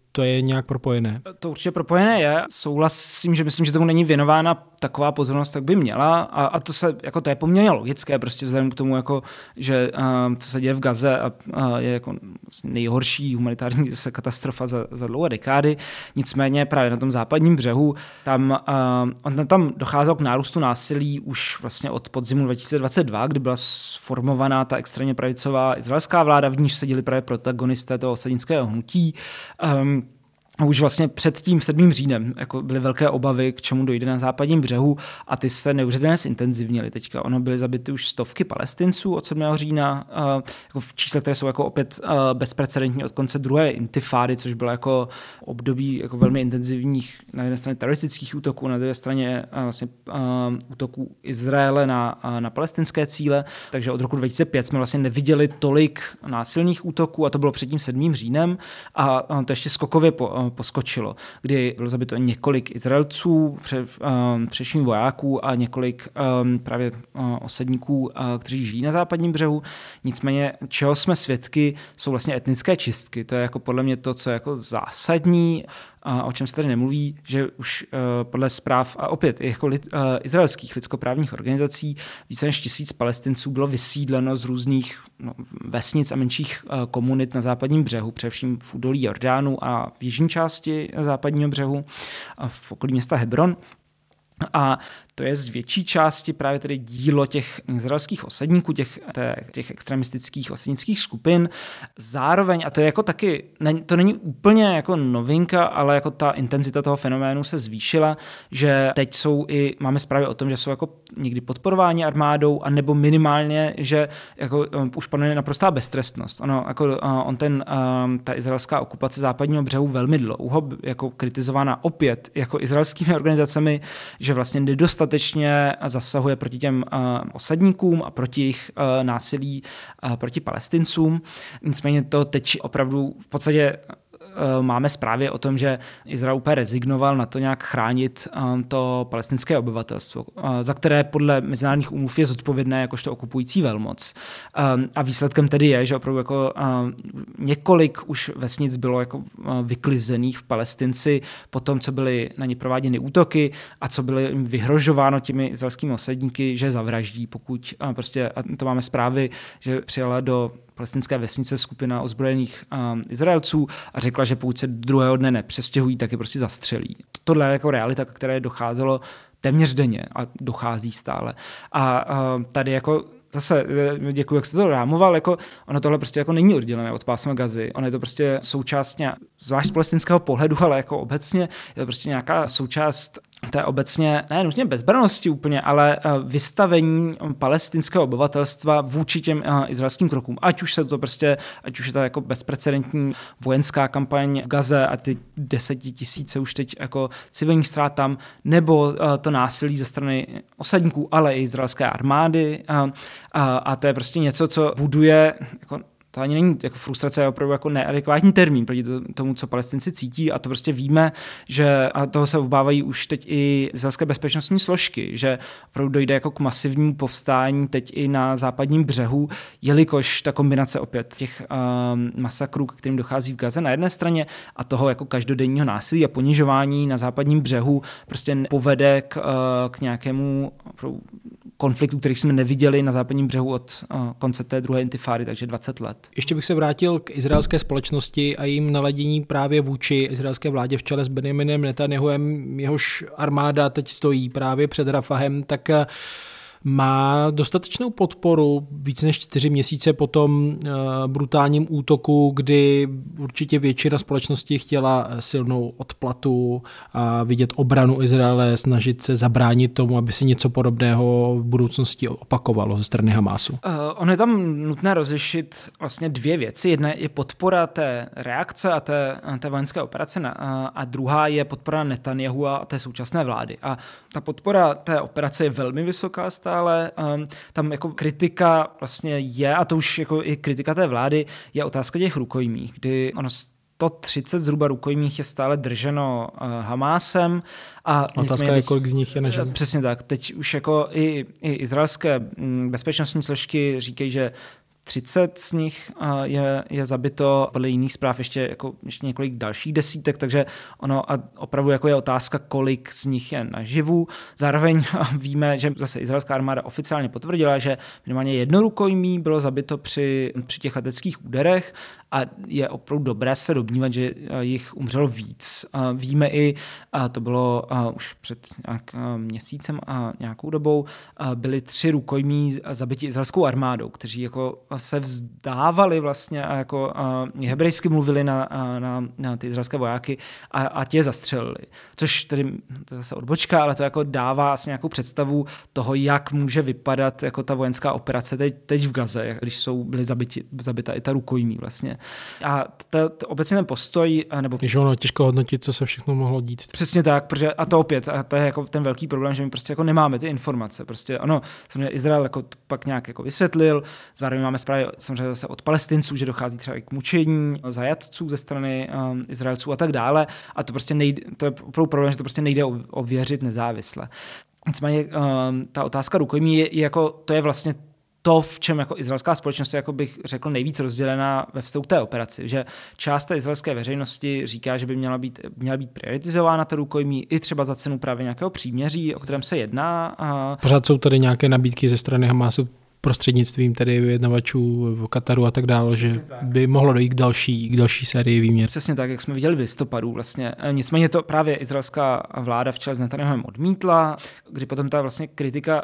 to je nějak propojené? To určitě propojené je. Souhlasím, že myslím, že tomu není věnována taková pozornost, tak by měla. A, a to se jako to je poměrně logické, prostě vzhledem k tomu, jako, že uh, co se děje v Gaze a, uh, je jako nejhorší humanitární katastrofa za, za dlouhé dekády. Nicméně právě na tom západním břehu tam, uh, on tam docházelo k nárůstu násilí už vlastně od podzimu dva tisíce dvacet dva, kdy byla sformovaná ta extrémně pravicová izraelská vláda, v níž seděli právě protagonisté toho osadnického hnutí. Um, Už vlastně před tím sedmým říjnem jako byly velké obavy, k čemu dojde na západním břehu a ty se neuvěřitelně zintenzivnily teďka. Ono byly zabity už stovky Palestinců od sedmého října, uh, jako v čísle, které jsou jako opět uh, bezprecedentní od konce druhé intifády, což bylo jako období jako velmi intenzivních na jedné straně teroristických útoků, na druhé straně uh, vlastně uh, útoků Izraele na, uh, na palestinské cíle. Takže od roku dva tisíce pět jsme vlastně neviděli tolik násilných útoků a to bylo před tím sedmým říjnem a uh, to ještě skokově po, uh, poskočilo, kdy bylo zabito několik Izraelců, pře, um, především vojáků a několik um, právě uh, osadníků, uh, kteří žijí na západním břehu. Nicméně, čeho jsme svědky, jsou vlastně etnické čistky. To je jako podle mě to, co je jako zásadní, a o čem se tady nemluví, že už uh, podle zpráv a opět jako lid, uh, izraelských lidskoprávních organizací více než tisíc Palestinců bylo vysídleno z různých no, vesnic a menších uh, komunit na západním břehu, především v údolí Jordánu a v jižní části západního břehu a v okolí města Hebron. A to je z větší části právě tedy dílo těch izraelských osadníků, těch, těch extremistických osadnických skupin. Zároveň, a to je jako taky, to není úplně jako novinka, ale jako ta intenzita toho fenoménu se zvýšila, že teď jsou i, máme zprávy o tom, že jsou jako někdy podporováni armádou, anebo minimálně, že jako um, už panuje naprostá beztrestnost. Ono, jako, uh, on ten, um, ta izraelská okupace západního břehu velmi dlouho jako kritizována opět jako izraelskými organizacemi, že vlastně nedostatečně zasahuje proti těm uh, osadníkům a proti jejich uh, násilí uh, proti Palestincům. Nicméně to teď opravdu v podstatě máme zprávy o tom, že Izrael úplně rezignoval na to nějak chránit to palestinské obyvatelstvo, za které podle mezinárodních úmluv je zodpovědné jakožto okupující velmoc. A výsledkem tedy je, že opravdu jako několik už vesnic bylo jako vyklizených Palestinci po tom, co byly na ně prováděny útoky a co bylo jim vyhrožováno těmi izraelskými osadníky, že zavraždí, pokud prostě, a to máme zprávy, že přijela do palestinské vesnice skupina ozbrojených um, Izraelců a řekla, že pokud se druhého dne nepřestěhují, tak je prostě zastřelí. Tohle je jako realita, které docházelo téměř denně a dochází stále. A uh, tady jako zase děkuji, jak jste to rámoval, jako ono tohle prostě jako není oddělené od pásma Gazy. Ono je to prostě součást, zvlášť z palestinského pohledu, ale jako obecně je to prostě nějaká součást té obecně, ne nutně bezbranosti úplně, ale vystavení palestinského obyvatelstva vůči těm izraelským krokům. Ať už se to prostě, ať už je to jako bezprecedentní vojenská kampaň v Gaze a ty desetitisíce už teď jako civilních ztrát tam, nebo to násilí ze strany osadníků, ale i izraelské armády. A, a, a to je prostě něco, co buduje jako to ani není jako frustrace, je opravdu jako neadekvátní termín proti tomu, co Palestinci cítí a to prostě víme, že a toho se obávají už teď i izraelské bezpečnostní složky, že opravdu dojde jako k masivnímu povstání teď i na západním břehu, jelikož ta kombinace opět těch um, masakrů, k kterým dochází v Gaze na jedné straně a toho jako každodenního násilí a ponižování na západním břehu prostě povede k, uh, k nějakému opravdu konfliktu, který jsme neviděli na západním břehu od uh, konce té druhé intifády, takže dvacet let. Ještě bych se vrátil k izraelské společnosti a jejím naladění právě vůči izraelské vládě v čele s Benjaminem Netanjahuem, jehož armáda teď stojí právě před Rafahem, tak má dostatečnou podporu víc než čtyři měsíce po tom uh, brutálním útoku, kdy určitě většina společnosti chtěla silnou odplatu a vidět obranu Izraele, snažit se zabránit tomu, aby se něco podobného v budoucnosti opakovalo ze strany Hamásu. Uh, ono je tam nutné rozlišit vlastně dvě věci. Jedna je podpora té reakce a té, té vojenské operace na, a, a druhá je podpora Netanjahu a té současné vlády. A ta podpora té operace je velmi vysoká, ale um, tam jako kritika vlastně je, a to už jako i kritika té vlády, je otázka těch rukojmí, kdy ono sto třicet zhruba rukojmích je stále drženo uh, Hamásem. A otázka je, kolik z nich je nežen. Přesně tak. Teď už jako i, i izraelské bezpečnostní složky říkají, že třicet z nich je, je zabito, podle jiných zpráv ještě, jako, ještě několik dalších desítek, takže ono a opravdu jako je otázka, kolik z nich je naživu. Zároveň víme, že zase izraelská armáda oficiálně potvrdila, že minimálně jedno rukojmí bylo zabito při, při těch leteckých úderech a je opravdu dobré se domnívat, že jich umřelo víc. Víme i, to bylo už před nějak měsícem a nějakou dobou, byly tři rukojmí zabiti izraelskou armádou, kteří jako se vzdávali vlastně a jako hebrejsky mluvili na, na, na ty izraelské vojáky a, a tě zastřelili. Což tedy, to je zase odbočka, ale to jako dává asi nějakou představu toho, jak může vypadat jako ta vojenská operace teď, teď v Gaze, když jsou byly zabiti, zabita i ta rukojmí vlastně. A t, t, obecně ten postoj, nebo... Je ono těžko hodnotit, co se všechno mohlo dít. Přesně tak, protože a to opět, a to je jako ten velký problém, že my prostě jako nemáme ty informace. Prostě ono, samozřejmě Izrael jako pak nějak jako vysvětlil, zároveň máme zprávy samozřejmě zase od Palestinců, že dochází třeba i k mučení zajatců ze strany um, Izraelců a tak dále. A to prostě nejde, to je opravdu problém, že to prostě nejde ověřit nezávisle. Nicméně um, ta otázka rukojmí je, je jako, to je vlastně to, v čem jako izraelská společnost je, jako bych řekl, nejvíc rozdělená ve vztahu k té operaci, že část té izraelské veřejnosti říká, že by měla být, měla být prioritizována ta rukojmí i třeba za cenu právě nějakého příměří, o kterém se jedná. A... Pořád jsou tady nějaké nabídky ze strany Hamásu prostřednictvím tedy vyjednavačů v Kataru a tak dále, že tak by mohlo dojít k další, k další sérii výměr. Přesně tak, jak jsme viděli v listopadu vlastně. Nicméně to právě izraelská vláda v čele s Netanyahuem odmítla, kdy potom ta vlastně kritika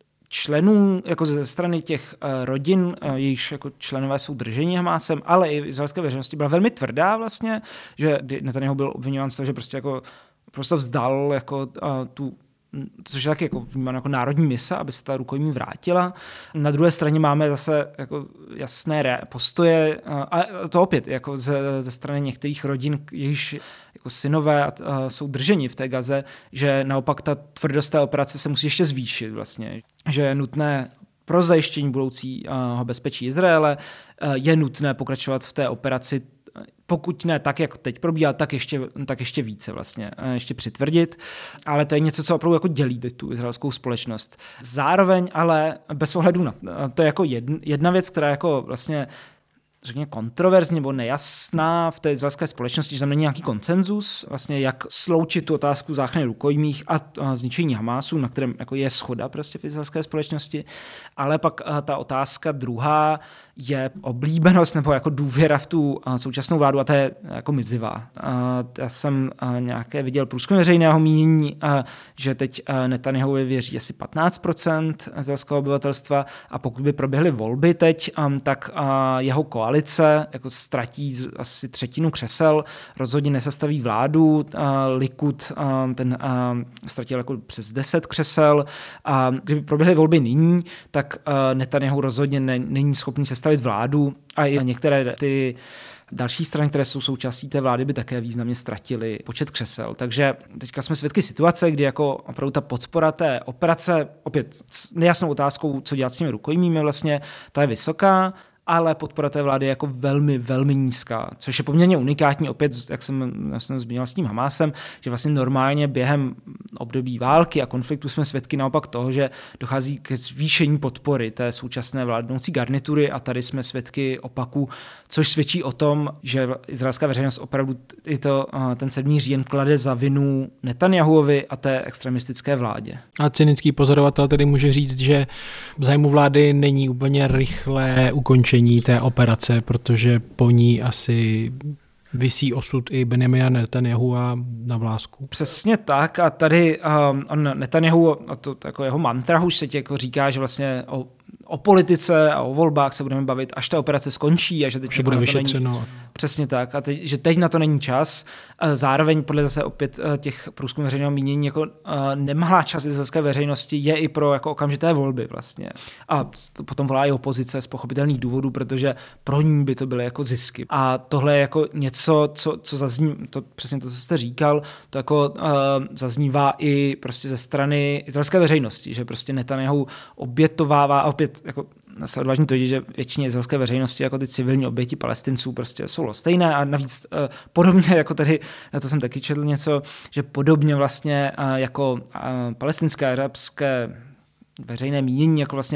členů jako ze strany těch uh, rodin, uh, jejichž jako členové jsou drženi Hamásem, ale i izraelské veřejnosti byla velmi tvrdá vlastně, že Netanyahu byl obviňován z toho, že prostě jako prostě vzdal jako uh, tu, což je taky jako vnímáno jako národní mise, aby se ta rukojmí vrátila. Na druhé straně máme zase jako jasné postoje uh, a to opět jako ze, ze strany některých rodin, jejichž jako synové uh, jsou drženi v té Gaze, že naopak ta tvrdost té operace se musí ještě zvýšit vlastně, že je nutné pro zajištění budoucího bezpečí Izraele uh, je nutné pokračovat v té operaci, pokud ne tak, jak teď probíhá, tak ještě, tak ještě více vlastně, ještě přitvrdit, ale to je něco, co opravdu jako dělí tu izraelskou společnost. Zároveň ale bez ohledu na to je jako jedna, jedna věc, která jako vlastně řekněme kontroverzní nebo nejasná v té izraelské společnosti, že tam není nějaký konsenzus, vlastně jak sloučit tu otázku záchrany rukojmích a, a zničení Hamásu, na kterém jako je shoda prostě v izraelské společnosti, ale pak ta otázka druhá je oblíbenost nebo jako důvěra v tu současnou vládu a to je jako mizivá. Já jsem nějaké viděl průzkum veřejného mínění, že teď Netanyahu věří asi patnáct procent izraelského obyvatelstva a pokud by proběhly volby teď, tak jeho koalice jako ztratí asi třetinu křesel, rozhodně nesestaví vládu, Likud ten ztratil jako přes deset křesel a kdyby proběhly volby nyní, tak Netanyahu rozhodně není schopný sestavit vládu a i některé ty další strany, které jsou součástí té vlády, by také významně ztratily počet křesel. Takže teďka jsme svědky situace, kdy jako opravdu ta podpora té operace, opět s nejasnou otázkou, co dělat s těmi rukojmími vlastně, ta je vysoká, ale podpora té vlády je jako velmi, velmi nízká, což je poměrně unikátní, opět, jak jsem, jak jsem zmínil s tím Hamásem, že vlastně normálně během období války a konfliktu jsme svědky naopak toho, že dochází ke zvýšení podpory té současné vládnoucí garnitury a tady jsme svědky opaku, což svědčí o tom, že izraelská veřejnost opravdu i to, ten sedmý říjen klade za vinu Netanyahuovi a té extremistické vládě. A cynický pozorovatel tedy může říct, že v zájmu vlády není úplně rychlé ukončení té operace, protože po ní asi visí osud i Benjamina Netanyahua na vlásku. Přesně tak a tady um, on Netanyahu, a to jako jeho mantra už se tě jako říká, že vlastně o, o politice a o volbách se budeme bavit, až ta operace skončí a že teď že bude vyšetřeno. Není, přesně tak a teď, že teď na to není čas. Zároveň podle zase opět těch průzkumů veřejného mínění jako nemalá část izraelské veřejnosti je i pro jako okamžité volby vlastně. A potom volá i opozice z pochopitelných důvodů, protože pro ní by to byly jako zisky. A tohle je jako něco, co, co zazní, to přesně to, co jste říkal, to jako uh, zaznívá i prostě ze strany izraelské veřejnosti, že prostě Netanyahu obětovává a opět jako se odvážně tvrdit, že většině izraelské veřejnosti jako ty civilní oběti Palestinců prostě jsou stejné a navíc uh, podobně jako tady, na to jsem taky četl něco, že podobně vlastně uh, jako uh, palestinské, arabské veřejné mínění jako vlastně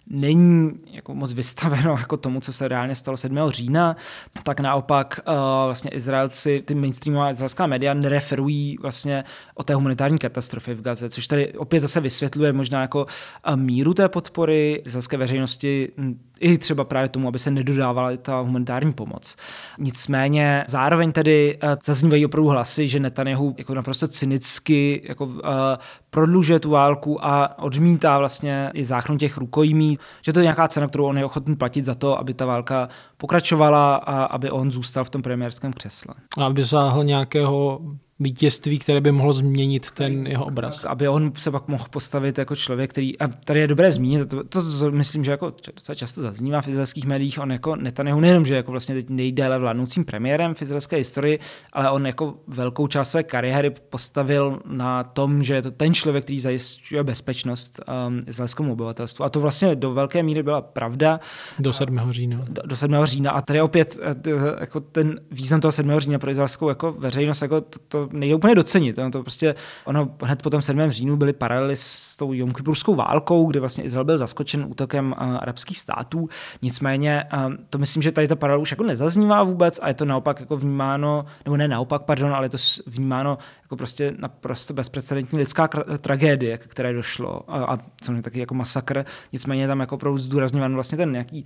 není jako moc vystaveno jako tomu, co se reálně stalo sedmého října, tak naopak uh, vlastně Izraelci, ty mainstreamová izraelská média nereferují vlastně o té humanitární katastrofě v Gaze, což tady opět zase vysvětluje možná jako uh, míru té podpory izraelské veřejnosti i třeba právě tomu, aby se nedodávala ta humanitární pomoc. Nicméně zároveň tedy uh, zaznívají opravdu hlasy, že Netanyahu jako naprosto cynicky jako, uh, prodlužuje tu válku a odmítá vlastně i záchranu těch rukojmí, že to je nějaká cena, kterou on je ochotný platit za to, aby ta válka pokračovala a aby on zůstal v tom premiérském křesle. A aby dosáhl nějakého vítězství, které by mohlo změnit ten jeho obraz. Aby on se pak mohl postavit jako člověk, který, a tady je dobré zmínit, to, to, to myslím, že jako docela často zaznívá v izraelských médiích, on jako Netanyahu nejenom, že jako vlastně teď nejdéle vládnoucím premiérem v izraelské historii, ale on jako velkou část své kariéry postavil na tom, že je to ten člověk, který zajišťuje bezpečnost um, izraelskému obyvatelstvu. A to vlastně do velké míry byla pravda. Do sedmého října. Do, do sedmého října. A tady opět jako ten význam toho sedmého října pro izraelskou jako veřejnost, jako to, to nejde úplně docenit. Ono to prostě, ono hned po tom sedmém říjnu byly paralely s tou jomkipurskou válkou, kde vlastně Izrael byl zaskočen útokem uh, arabských států. Nicméně uh, to myslím, že tady ta paralela už jako nezaznívá vůbec a je to naopak jako vnímáno, nebo ne naopak, pardon, ale je to vnímáno jako prostě naprosto bezprecedentní lidská kr- tragédie, k které došlo a, a samozřejmě taky jako masakr. Nicméně tam jako opravdu zdůrazňovan vlastně ten nějaký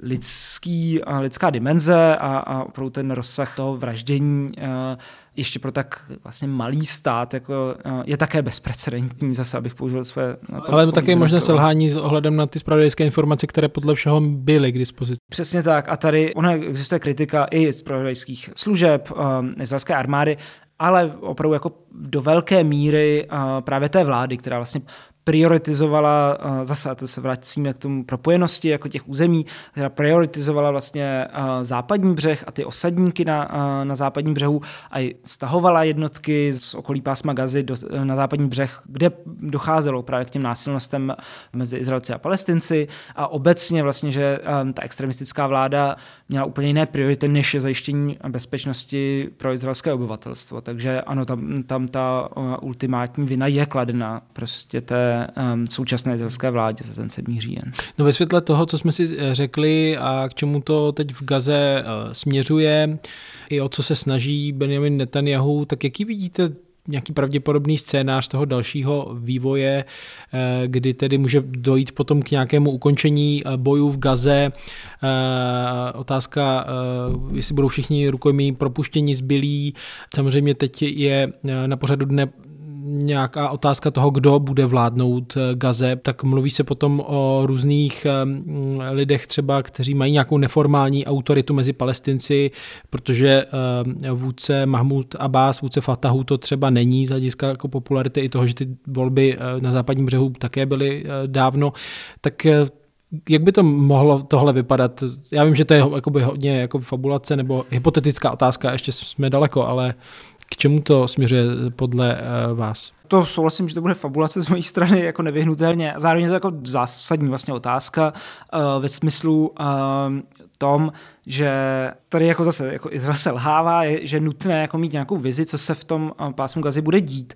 lidský, uh, lidská dimenze a, a opravdu ten rozsah toho vraždění uh, ještě pro tak vlastně malý stát jako je také bezprecedentní, zase abych použil své... Ale také možné selhání s ohledem na ty zpravodajské informace, které podle všeho byly k dispozici. Přesně tak. A tady ona existuje kritika i zpravodajských služeb, um, izraelské armády, ale opravdu jako do velké míry uh, právě té vlády, která vlastně prioritizovala, zase to se vracíme k tomu propojenosti jako těch území, která prioritizovala vlastně západní břeh a ty osadníky na, na západním břehu a stahovala jednotky z okolí pásma Gazy do, na západní břeh, kde docházelo právě k těm násilnostem mezi Izraelci a Palestinci a obecně vlastně, že ta extremistická vláda měla úplně jiné priority, než je zajištění bezpečnosti pro izraelské obyvatelstvo. Takže ano, tam, tam ta ultimátní vina je kladena prostě té Um, současné izraelské vládě za ten sedmý říjen. No ve světle toho, co jsme si řekli a k čemu to teď v Gaze uh, směřuje, i o co se snaží Benjamin Netanyahu, tak jaký vidíte nějaký pravděpodobný scénář toho dalšího vývoje, kdy tedy může dojít potom k nějakému ukončení bojů v Gaze. Otázka, jestli budou všichni rukojmí propuštěni zbylí. Samozřejmě teď je na pořadu dne nějaká otázka toho, kdo bude vládnout Gaze, tak mluví se potom o různých lidech třeba, kteří mají nějakou neformální autoritu mezi Palestinci, protože vůdce Mahmud Abbas, vůdce Fatahu to třeba není z hlediska jako popularity i toho, že ty volby na západním břehu také byly dávno, tak jak by to mohlo tohle vypadat? Já vím, že to je jakoby hodně jako fabulace nebo hypotetická otázka, ještě jsme daleko, ale k čemu to směřuje podle uh, vás? To souhlasím, že to bude fabulace z mojí strany jako nevyhnutelně. Zároveň je to jako zásadní vlastně otázka uh, ve smyslu uh, tom, že tady jako zase jako Izrael selhává, je, že je nutné jako mít nějakou vizi, co se v tom uh, pásmu Gazy bude dít.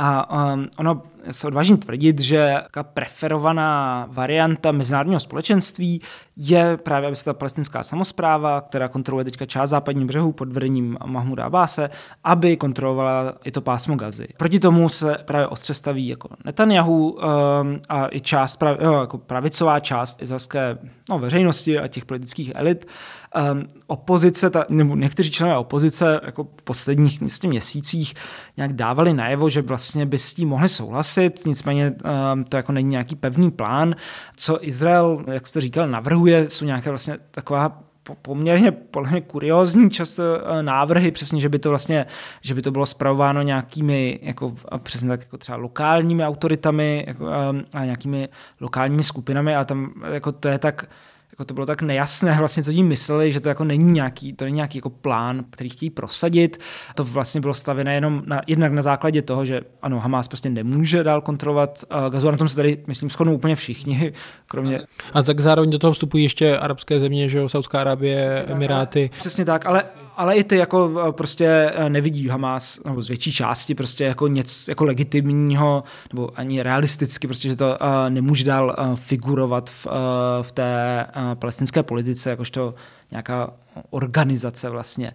A um, ono se odvážím tvrdit, že taková preferovaná varianta mezinárodního společenství je právě, aby se ta palestinská samospráva, která kontroluje teďka část západního břehu pod vedením Mahmuda Abbase, aby kontrolovala i to pásmo Gazy. Proti tomu se právě ostře staví jako Netanyahu um, a i část, prav, jo, jako pravicová část izraelské no, veřejnosti a těch politických elit. Um, opozice, ta, nebo někteří členové opozice jako v posledních měsících nějak dávali najevo, že vlastně by s tím mohli souhlasit, nicméně um, to jako není nějaký pevný plán. Co Izrael, jak jste říkal, navrhuje, jsou nějaké vlastně taková poměrně podle mě kuriózní často návrhy, přesně, že by to vlastně, že by to bylo spravováno nějakými, jako přesně tak jako třeba lokálními autoritami jako, a nějakými lokálními skupinami a tam jako to je tak jako to bylo tak nejasné vlastně, co tím mysleli, že to jako není nějaký, to není nějaký jako plán, který chtějí prosadit. To vlastně bylo stavěné jenom na, jednak na základě toho, že ano, Hamas prostě nemůže dál kontrolovat uh, Gazu a na tom se tady, myslím, shodnou úplně všichni, kromě... A tak zároveň do toho vstupují ještě arabské země, že jo, Saudská Arábie, Přesně Emiráty. Tak, ale, přesně tak, ale Ale i ty jako prostě nevidí Hamas, nebo z větší části prostě jako něco jako legitimního, nebo ani realisticky, prostě, že to nemůže dál figurovat v, v té palestinské politice, jakožto nějaká organizace vlastně.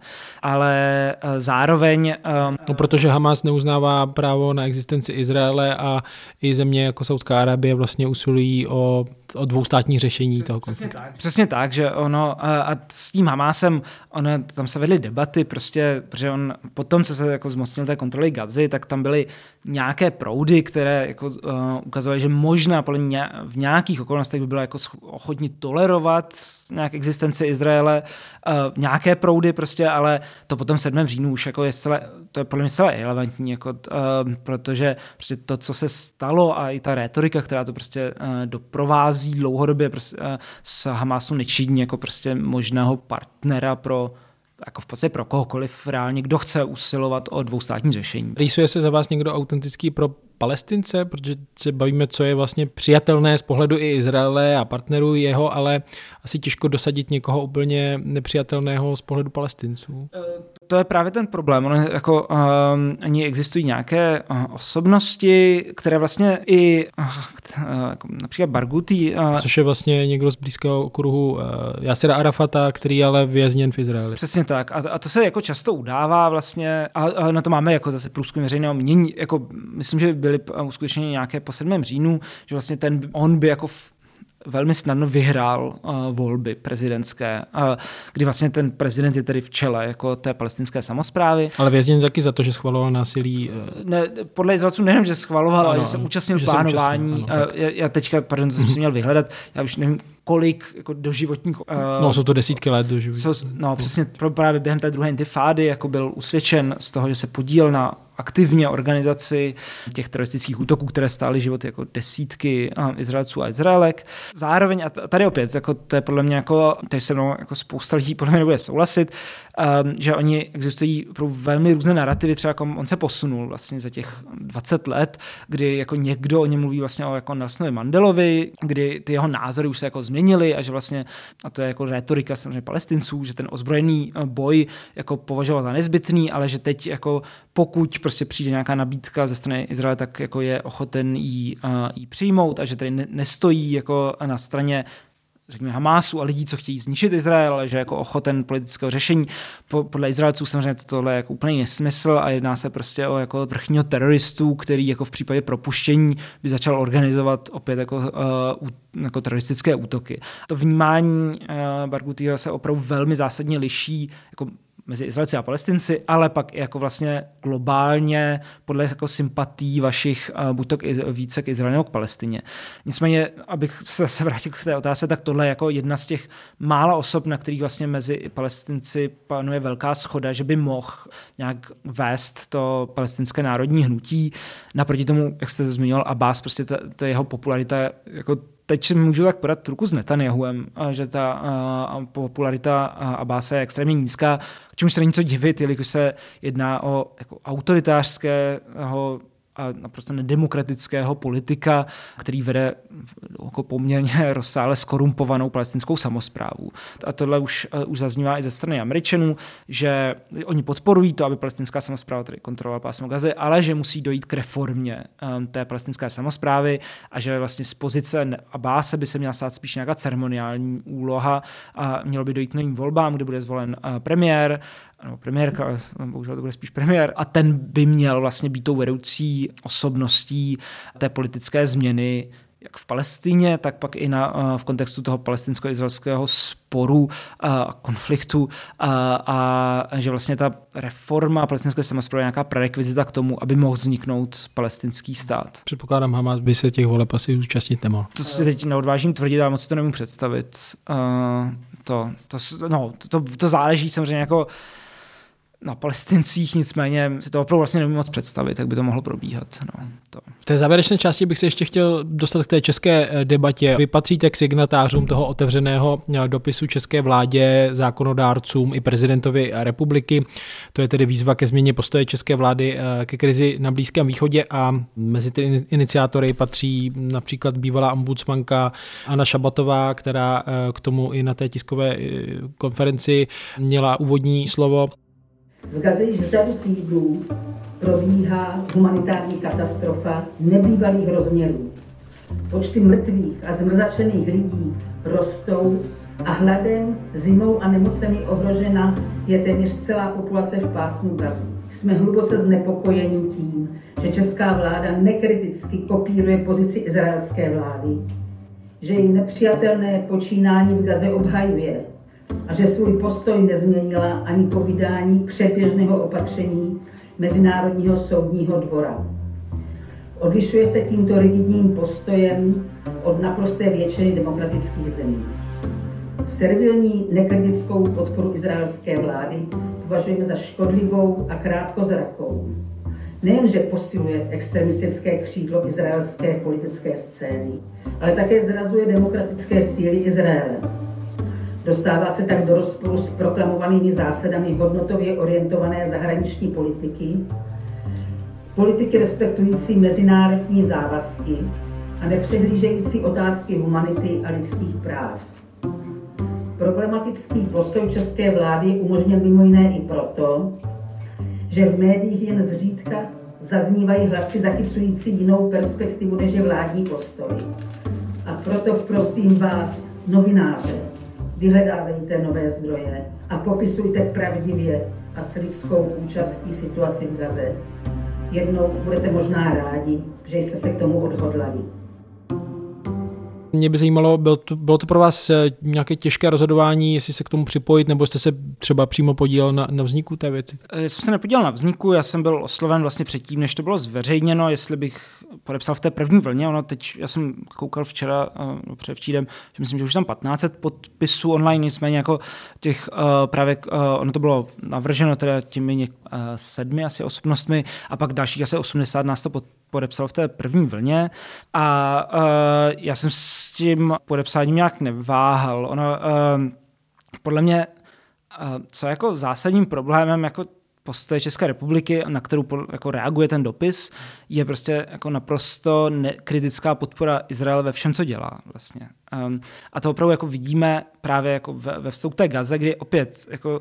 Ale zároveň... No, protože Hamas neuznává právo na existenci Izraele a i země jako Saudská Arábie vlastně usilují o, o dvoustátní řešení Přes, toho přesně konfliktu. tak, přesně tak, že ono a, a s tím Hamásem, ono, tam se vedly debaty, prostě, protože on po tom, co se jako zmocnil té kontroly Gazy, tak tam byly nějaké proudy, které jako, uh, ukazovaly, že možná podle ně, v nějakých okolnostech by bylo jako ochotní tolerovat nějak existenci Izraele, uh, nějaké proudy prostě, ale to potom sedmého říjnu už jako je zcela, to je podle mě zcela irelevantní, jako, uh, protože prostě to, co se stalo a i ta rétorika, která to prostě uh, doprovází dlouhodobě prostě, uh, z Hamasu nečiní jako prostě možného partnera pro jako v podstatě pro kohokoliv reálně, kdo chce usilovat o dvoustátní řešení. Rýsuje se za vás někdo autentický pro Palestince, protože se bavíme, co je vlastně přijatelné z pohledu i Izraele a partnerů jeho, ale asi těžko dosadit někoho úplně nepřijatelného z pohledu Palestinců. To je právě ten problém. Ono jako, um, ani existují nějaké uh, osobnosti, které vlastně i uh, jako například Barghouti. Uh, Což je vlastně někdo z blízkého okruhu uh, Jasira Arafata, který je ale vězněn v Izraeli. Přesně tak. A, a to se jako často udává vlastně. A, a na to máme jako zase průzkum veřejného mínění. Jako, myslím, že byly uskutečněny nějaké po sedmém říjnu, že vlastně ten, on by jako v, velmi snadno vyhrál uh, volby prezidentské, uh, kdy vlastně ten prezident je tedy v čele jako té palestinské samosprávy. Ale vězněn taky za to, že schvaloval násilí. Uh... Ne, podle Izraelců nejenom, že schvaloval, ano, ale že se účastnil že plánování. Se účastnil, ano, uh, já, já teďka, pardon, to jsem si měl vyhledat, já už nevím, kolik jako doživotních... Uh, no, jsou to desítky let doživotních. Jsou, no, přesně právě během té druhé intifády jako byl usvědčen z toho, že se podílel na aktivně organizaci těch teroristických útoků, které stály život jako desítky uh, Izraelců a Izraelek. Zároveň, a tady opět, jako to je podle mě jako, tady se mnou jako spousta lidí podle mě nebude souhlasit, um, že oni existují pro velmi různé narrativy, třeba jako on se posunul vlastně za těch dvacet let, kdy jako někdo o něm mluví vlastně o jako Nelsonovi Mandelovi, kdy ty jeho názory už se jako změnily a že vlastně, a to je jako rétorika samozřejmě Palestinců, že ten ozbrojený boj jako považoval za nezbytný, ale že teď jako pokud prostě přijde nějaká nabídka ze strany Izraele, tak jako je ochoten jí, uh, jí přijmout a že tady ne, nestojí jako na straně řekněme Hamásu a lidí, co chtějí zničit Izrael, ale že jako ochoten politického řešení. Po, podle Izraelců samozřejmě tohle je jako úplný nesmysl a jedná se prostě o jako vrchního teroristu, který jako v případě propuštění by začal organizovat opět jako, uh, jako teroristické útoky. To vnímání uh, Barghoutiho se opravdu velmi zásadně liší jako mezi Izraelci a Palestinci, ale pak i jako vlastně globálně podle jako sympatí vašich uh, buď to k, více k Izraeli nebo k Palestině. Nicméně, abych se zase vrátil k té otázce, tak tohle je jako jedna z těch mála osob, na kterých vlastně mezi Palestinci panuje velká shoda, že by mohl nějak vést to palestinské národní hnutí. Naproti tomu, jak jste zmínil, Abbas, prostě ta, ta jeho popularita jako teď si můžu tak podat ruku s Netanyahuem, že ta uh, popularita Abbase je extrémně nízká, k čemu se není co divit, jelikož se jedná o jako autoritářského a naprosto nedemokratického politika, který vede jako poměrně rozsáhle skorumpovanou palestinskou samosprávu. A tohle už, uh, už zaznívá i ze strany Američanů, že oni podporují to, aby palestinská samospráva tedy kontrolovala pásmo Gazy, ale že musí dojít k reformě um, té palestinské samosprávy a že vlastně z pozice Abbase by se měla stát spíš nějaká ceremoniální úloha a mělo by dojít k novým volbám, kde bude zvolen uh, premiér, nebo premiérka, bohužel to bude spíš premiér, a ten by měl vlastně být tou vedoucí osobností té politické změny jak v Palestině, tak pak i na, v kontextu toho palestinsko-izraelského sporu a konfliktu a, a že vlastně ta reforma palestinské samosprávy je nějaká prerekvizita k tomu, aby mohl vzniknout palestinský stát. Předpokládám, Hamas by se těch voleb asi účastnit nemohl. To si teď neodvážím tvrdit, ale moc si to nemůžu představit. Uh, to, to, no, to, to, to záleží samozřejmě jako na Palestincích, nicméně si to opravdu vlastně nevím moc představit, jak by to mohlo probíhat. No, to. V té závěrečné části bych se ještě chtěl dostat k té české debatě. Vy patříte k signatářům toho otevřeného dopisu české vládě, zákonodárcům i prezidentovi republiky. To je tedy výzva ke změně postoje české vlády ke krizi na Blízkém východě a mezi ty iniciátory patří například bývalá ombudsmanka Anna Šabatová, která k tomu i na té tiskové konferenci měla úvodní slovo. V Gaze již řadu týdnů probíhá humanitární katastrofa nebývalých rozměrů. Počty mrtvých a zmrzačených lidí rostou a hladem, zimou a nemocemi ohrožena je téměř celá populace v pásmu Gazy. Jsme hluboce znepokojeni tím, že česká vláda nekriticky kopíruje pozici izraelské vlády, že její nepřijatelné počínání v Gaze obhajuje a že svůj postoj nezměnila ani po vydání předběžného opatření Mezinárodního soudního dvora. Odlišuje se tímto rigidním postojem od naprosté většiny demokratických zemí. Servilní nekritickou podporu izraelské vlády považujeme za škodlivou a krátkozrakou. Nejenže posiluje extremistické křídlo izraelské politické scény, ale také zrazuje demokratické síly Izraele. Dostává se tak do rozporu s proklamovanými zásadami hodnotově orientované zahraniční politiky, politiky respektující mezinárodní závazky a nepřehlížející otázky humanity a lidských práv. Problematický postoj české vlády je umožněn mimo jiné i proto, že v médiích jen zřídka zaznívají hlasy zachycující jinou perspektivu než je vládní postoj. A proto prosím vás, novináře, vyhledávejte nové zdroje a popisujte pravdivě a s lidskou účastí situaci v Gaze. Jednou budete možná rádi, že jste se k tomu odhodlali. Mě by zajímalo, bylo to, bylo to pro vás nějaké těžké rozhodování, jestli se k tomu připojit, nebo jste se třeba přímo podílel na, na vzniku té věci? Já jsem se nepodílel na vzniku, já jsem byl osloven vlastně předtím, než to bylo zveřejněno, jestli bych podepsal v té první vlně. Ono teď, já jsem koukal včera, no předevčírem, že myslím, že už tam patnáct set podpisů online, nicméně jako těch uh, právě, uh, ono to bylo navrženo teda těmi něk, uh, sedmi asi osobnostmi a pak dalších asi osmdesát nás to pod, podepsalo v té první vlně a uh, já jsem s tím podepsáním nějak neváhal. Ono, uh, podle mě, uh, co je jako zásadním problémem jako postoje České republiky, na kterou jako reaguje ten dopis, je prostě jako naprosto kritická podpora Izraele ve všem, co dělá vlastně. Um, a to opravdu jako vidíme právě jako ve, ve vztahu k té Gaze, kdy opět jako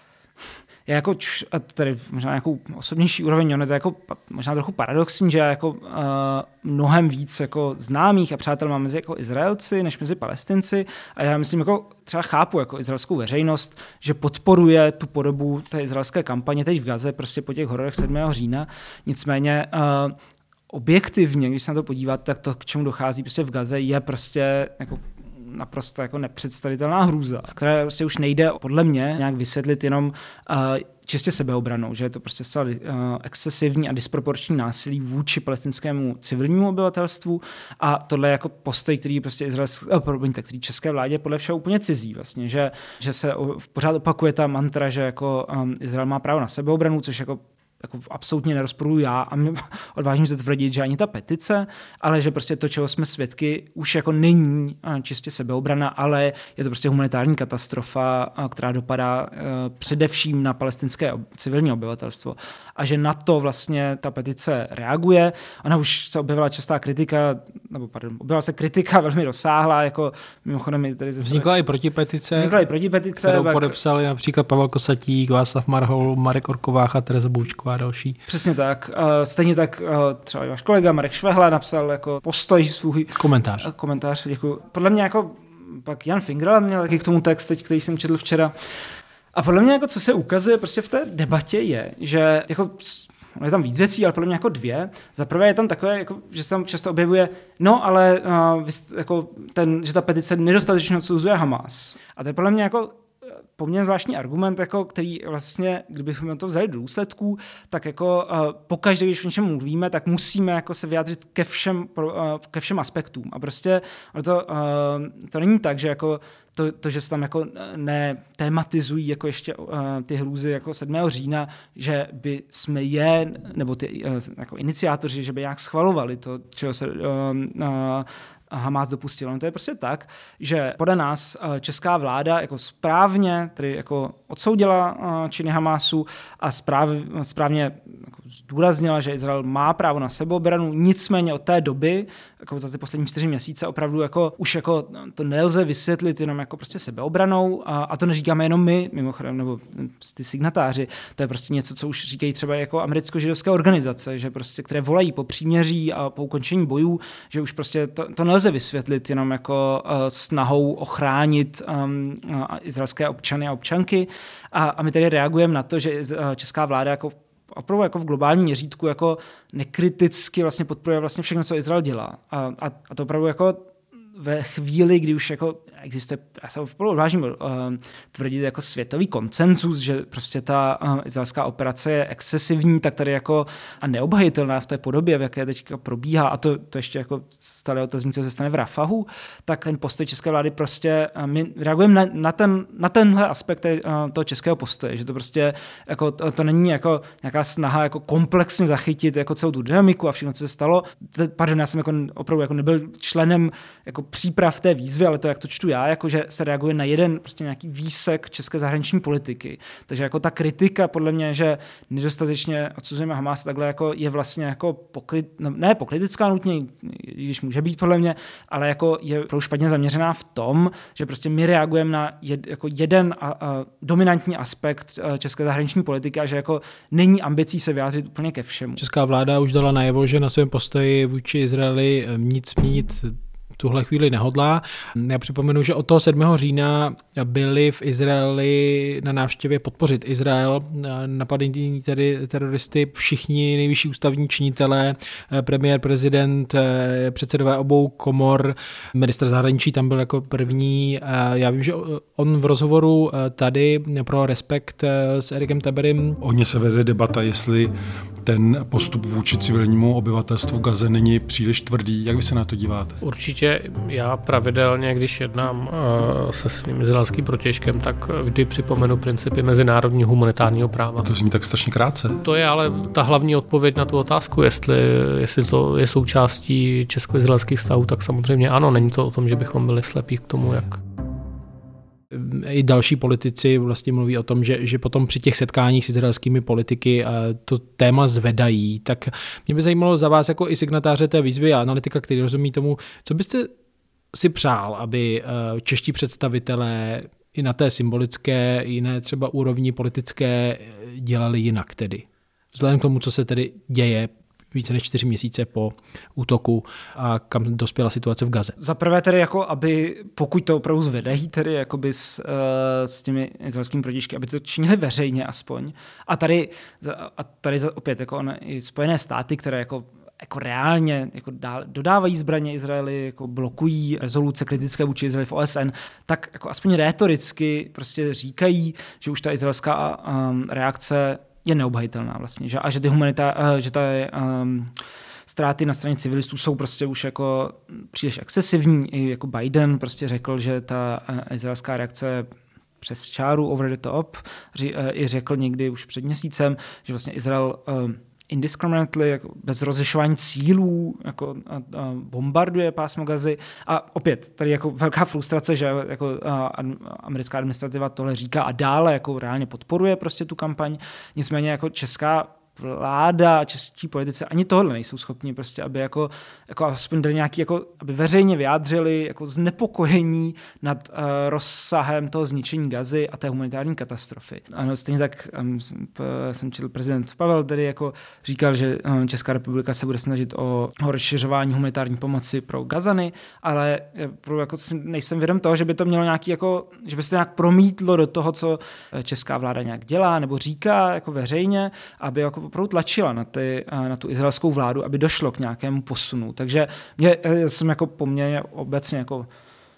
je jako, a tady možná nějakou osobnější úroveň, ono je to jako možná trochu paradoxní, že já jako uh, mnohem víc jako známých a přátel mám mezi jako Izraelci, než mezi Palestinci a já myslím jako třeba chápu jako izraelskou veřejnost, že podporuje tu podobu té izraelské kampaně teď v Gaze prostě po těch hororech sedmého října, nicméně uh, objektivně, když se na to podíváte, tak to, k čemu dochází prostě v Gaze, je prostě jako naprosto jako nepředstavitelná hrůza, která prostě už nejde podle mě nějak vysvětlit jenom uh, čistě sebeobranou, že je to prostě zcela uh, excesivní a disproporční násilí vůči palestinskému civilnímu obyvatelstvu a tohle je jako postoj, který prostě izraelské, uh, promiňte, který české vládě podle všeho úplně cizí vlastně, že, že se uh, pořád opakuje ta mantra, že jako um, Izrael má právo na sebeobranu, což jako jako absolutně nerozporuju já a my odvážím se tvrdit, že ani ta petice, ale že prostě to, čeho jsme svědky, už jako není čistě sebeobrana, ale je to prostě humanitární katastrofa, která dopadá uh, především na palestinské civilní obyvatelstvo. A že na to vlastně ta petice reaguje. Ona už se objevila častá kritika, nebo pardon, objevila se kritika velmi rozsáhlá, jako mimochodem tady vznikla i protipetice, vznikla i protipetice, kterou tak podepsali například Pavel Kosatík, Václav Marhoul, Marek Orkovácha, Tereza Boučková a další. Přesně tak. Stejně tak třeba váš kolega Marek Švehla napsal jako postoj svůj komentář. Komentář, děkuji. Podle mě jako pak Jan Fingrel měl taky k tomu text, teď, který jsem četl včera. A podle mě jako co se ukazuje prostě v té debatě je, že jako je tam víc věcí, ale podle mě jako dvě. Za prvé je tam takové, jako, že se tam často objevuje, no ale uh, jako ten, že ta petice nedostatečně odsuzuje Hamas. A to je podle mě jako poměrně zvláštní argument, jako, který vlastně, kdybychom to vzali do důsledků, tak jako uh, pokaždé, když o něčem mluvíme, tak musíme jako se vyjádřit ke všem, uh, ke všem aspektům. A prostě to, uh, to není tak, že jako to, to že se tam jako netématizují jako ještě uh, ty hrůzy jako sedmého října, že by jsme je, nebo ty uh, jako iniciátoři, že by nějak schvalovali to, čeho se uh, uh, Hamás dopustil. No to je prostě tak, že podle nás česká vláda jako správně tedy jako odsoudila činy Hamásu a správ, správně jako zdůraznila, že Izrael má právo na sebeobranu, nicméně od té doby, jako za ty poslední čtyři měsíce opravdu jako už jako to nelze vysvětlit jenom jako prostě sebeobranou a, a to neříkáme jenom my, mimochodem, nebo ty signatáři, to je prostě něco, co už říkají třeba jako americko-židovské organizace, že prostě, které volají po příměří a po ukončení bojů, že už prostě to, to nelze vysvětlit jenom jako uh, snahou ochránit um, uh, izraelské občany a občanky a, a my tedy reagujeme na to, že uh, česká vláda jako opravdu jako v globálním měřítku jako nekriticky vlastně podporuje vlastně všechno, co Izrael dělá. A, a, a to opravdu jako ve chvíli, kdy už jako existuje, já se opravdu odvážím uh, tvrdit jako světový konsenzus, že prostě ta uh, izraelská operace je excesivní, tak tady jako a neobhajitelná v té podobě, v jaké teď probíhá, a to, to ještě jako stále otazní, co se stane v Rafahu, tak ten postoj české vlády prostě, uh, my reagujeme na, na, ten, na tenhle aspekt uh, toho českého postoje, že to prostě jako, to, to není jako nějaká snaha jako komplexně zachytit jako celou tu dynamiku a všechno, co se stalo. Pardon, já jsem jako opravdu jako nebyl členem jako příprav té výzvy, ale to, jak to čtu já, jako že se reaguje na jeden prostě nějaký výsek české zahraniční politiky. Takže jako ta kritika podle mě, že nedostatečně odsuzujeme Hamás, takhle jako je vlastně jako pokryt, ne pokritická nutně, když může být podle mě, ale jako je pro špatně zaměřená v tom, že prostě my reagujeme na jed, jako jeden a, a dominantní aspekt české zahraniční politiky a že jako není ambicí se vyjádřit úplně ke všemu. Česká vláda už dala najevo, že na svém postoji vůči Izraeli nic měnit tuhle chvíli nehodlá. Já připomenu, že od toho sedmého října byli v Izraeli na návštěvě podpořit Izrael, napadení tedy teroristy, všichni nejvyšší ústavní činitelé, premiér, prezident, předsedové obou komor, ministr zahraničí tam byl jako první. Já vím, že on v rozhovoru tady pro Respekt s Erikem Taberem. Hodně se vede debata, jestli ten postup vůči civilnímu obyvatelstvu Gaze není příliš tvrdý. Jak vy se na to díváte? Určitě já pravidelně, když jednám se svým izraelským protějškem, tak vždy připomenu principy mezinárodního humanitárního práva. A to zní tak strašně krátce. To je ale ta hlavní odpověď na tu otázku, jestli, jestli to je součástí česko-izraelských vztahů, tak samozřejmě ano, není to o tom, že bychom byli slepí k tomu, jak... I další politici vlastně mluví o tom, že, že potom při těch setkáních s izraelskými politiky to téma zvedají. Tak mě by zajímalo za vás jako i signatáře té výzvy a analytika, který rozumí tomu, co byste si přál, aby čeští představitelé i na té symbolické, jiné třeba úrovni politické dělali jinak tedy. Vzhledem k tomu, co se tedy děje více než čtyři měsíce po útoku a kam dospěla situace v Gaze. Za prvé tedy, jako aby, pokud to opravdu zvedají tedy jakoby s, uh, s těmi izraelskými protějšky, aby to činili veřejně aspoň. A tady, a tady opět jako on, i Spojené státy, které jako jako reálně jako dál, dodávají zbraně Izraeli, jako blokují rezoluce kritické vůči Izraeli v O S N, tak jako aspoň rétoricky prostě říkají, že už ta izraelská um, reakce je neobhajitelná vlastně, že, a že ty humanitá, že ta um, ztráty na straně civilistů jsou prostě už jako příliš excesivní. I jako Biden prostě řekl, že ta uh, izraelská reakce přes čáru over the top, Ři, uh, i řekl někdy už před měsícem, že vlastně Izrael uh, indiscriminately, jako bez rozlišování cílů, jako a, a bombarduje pásmo Gazy. A opět, tady jako velká frustrace, že jako a, americká administrativa tohle říká a dále jako reálně podporuje prostě tu kampaň. Nicméně jako česká vláda a čeští politici ani tohle nejsou schopni prostě, aby jako, jako aspoň dali nějaký, jako, aby veřejně vyjádřili jako znepokojení nad uh, rozsahem toho zničení Gazy a té humanitární katastrofy. Ano, stejně tak um, jsem četl prezident Pavel, tedy jako říkal, že um, Česká republika se bude snažit o, o rozšiřování humanitární pomoci pro Gazany, ale já jako nejsem vědom toho, že by to mělo nějaký, jako, že by se to nějak promítlo do toho, co česká vláda nějak dělá nebo říká jako veřejně, aby jako opravdu tlačila na, ty, na tu izraelskou vládu, aby došlo k nějakému posunu. Takže mě, já jsem jako poměrně obecně jako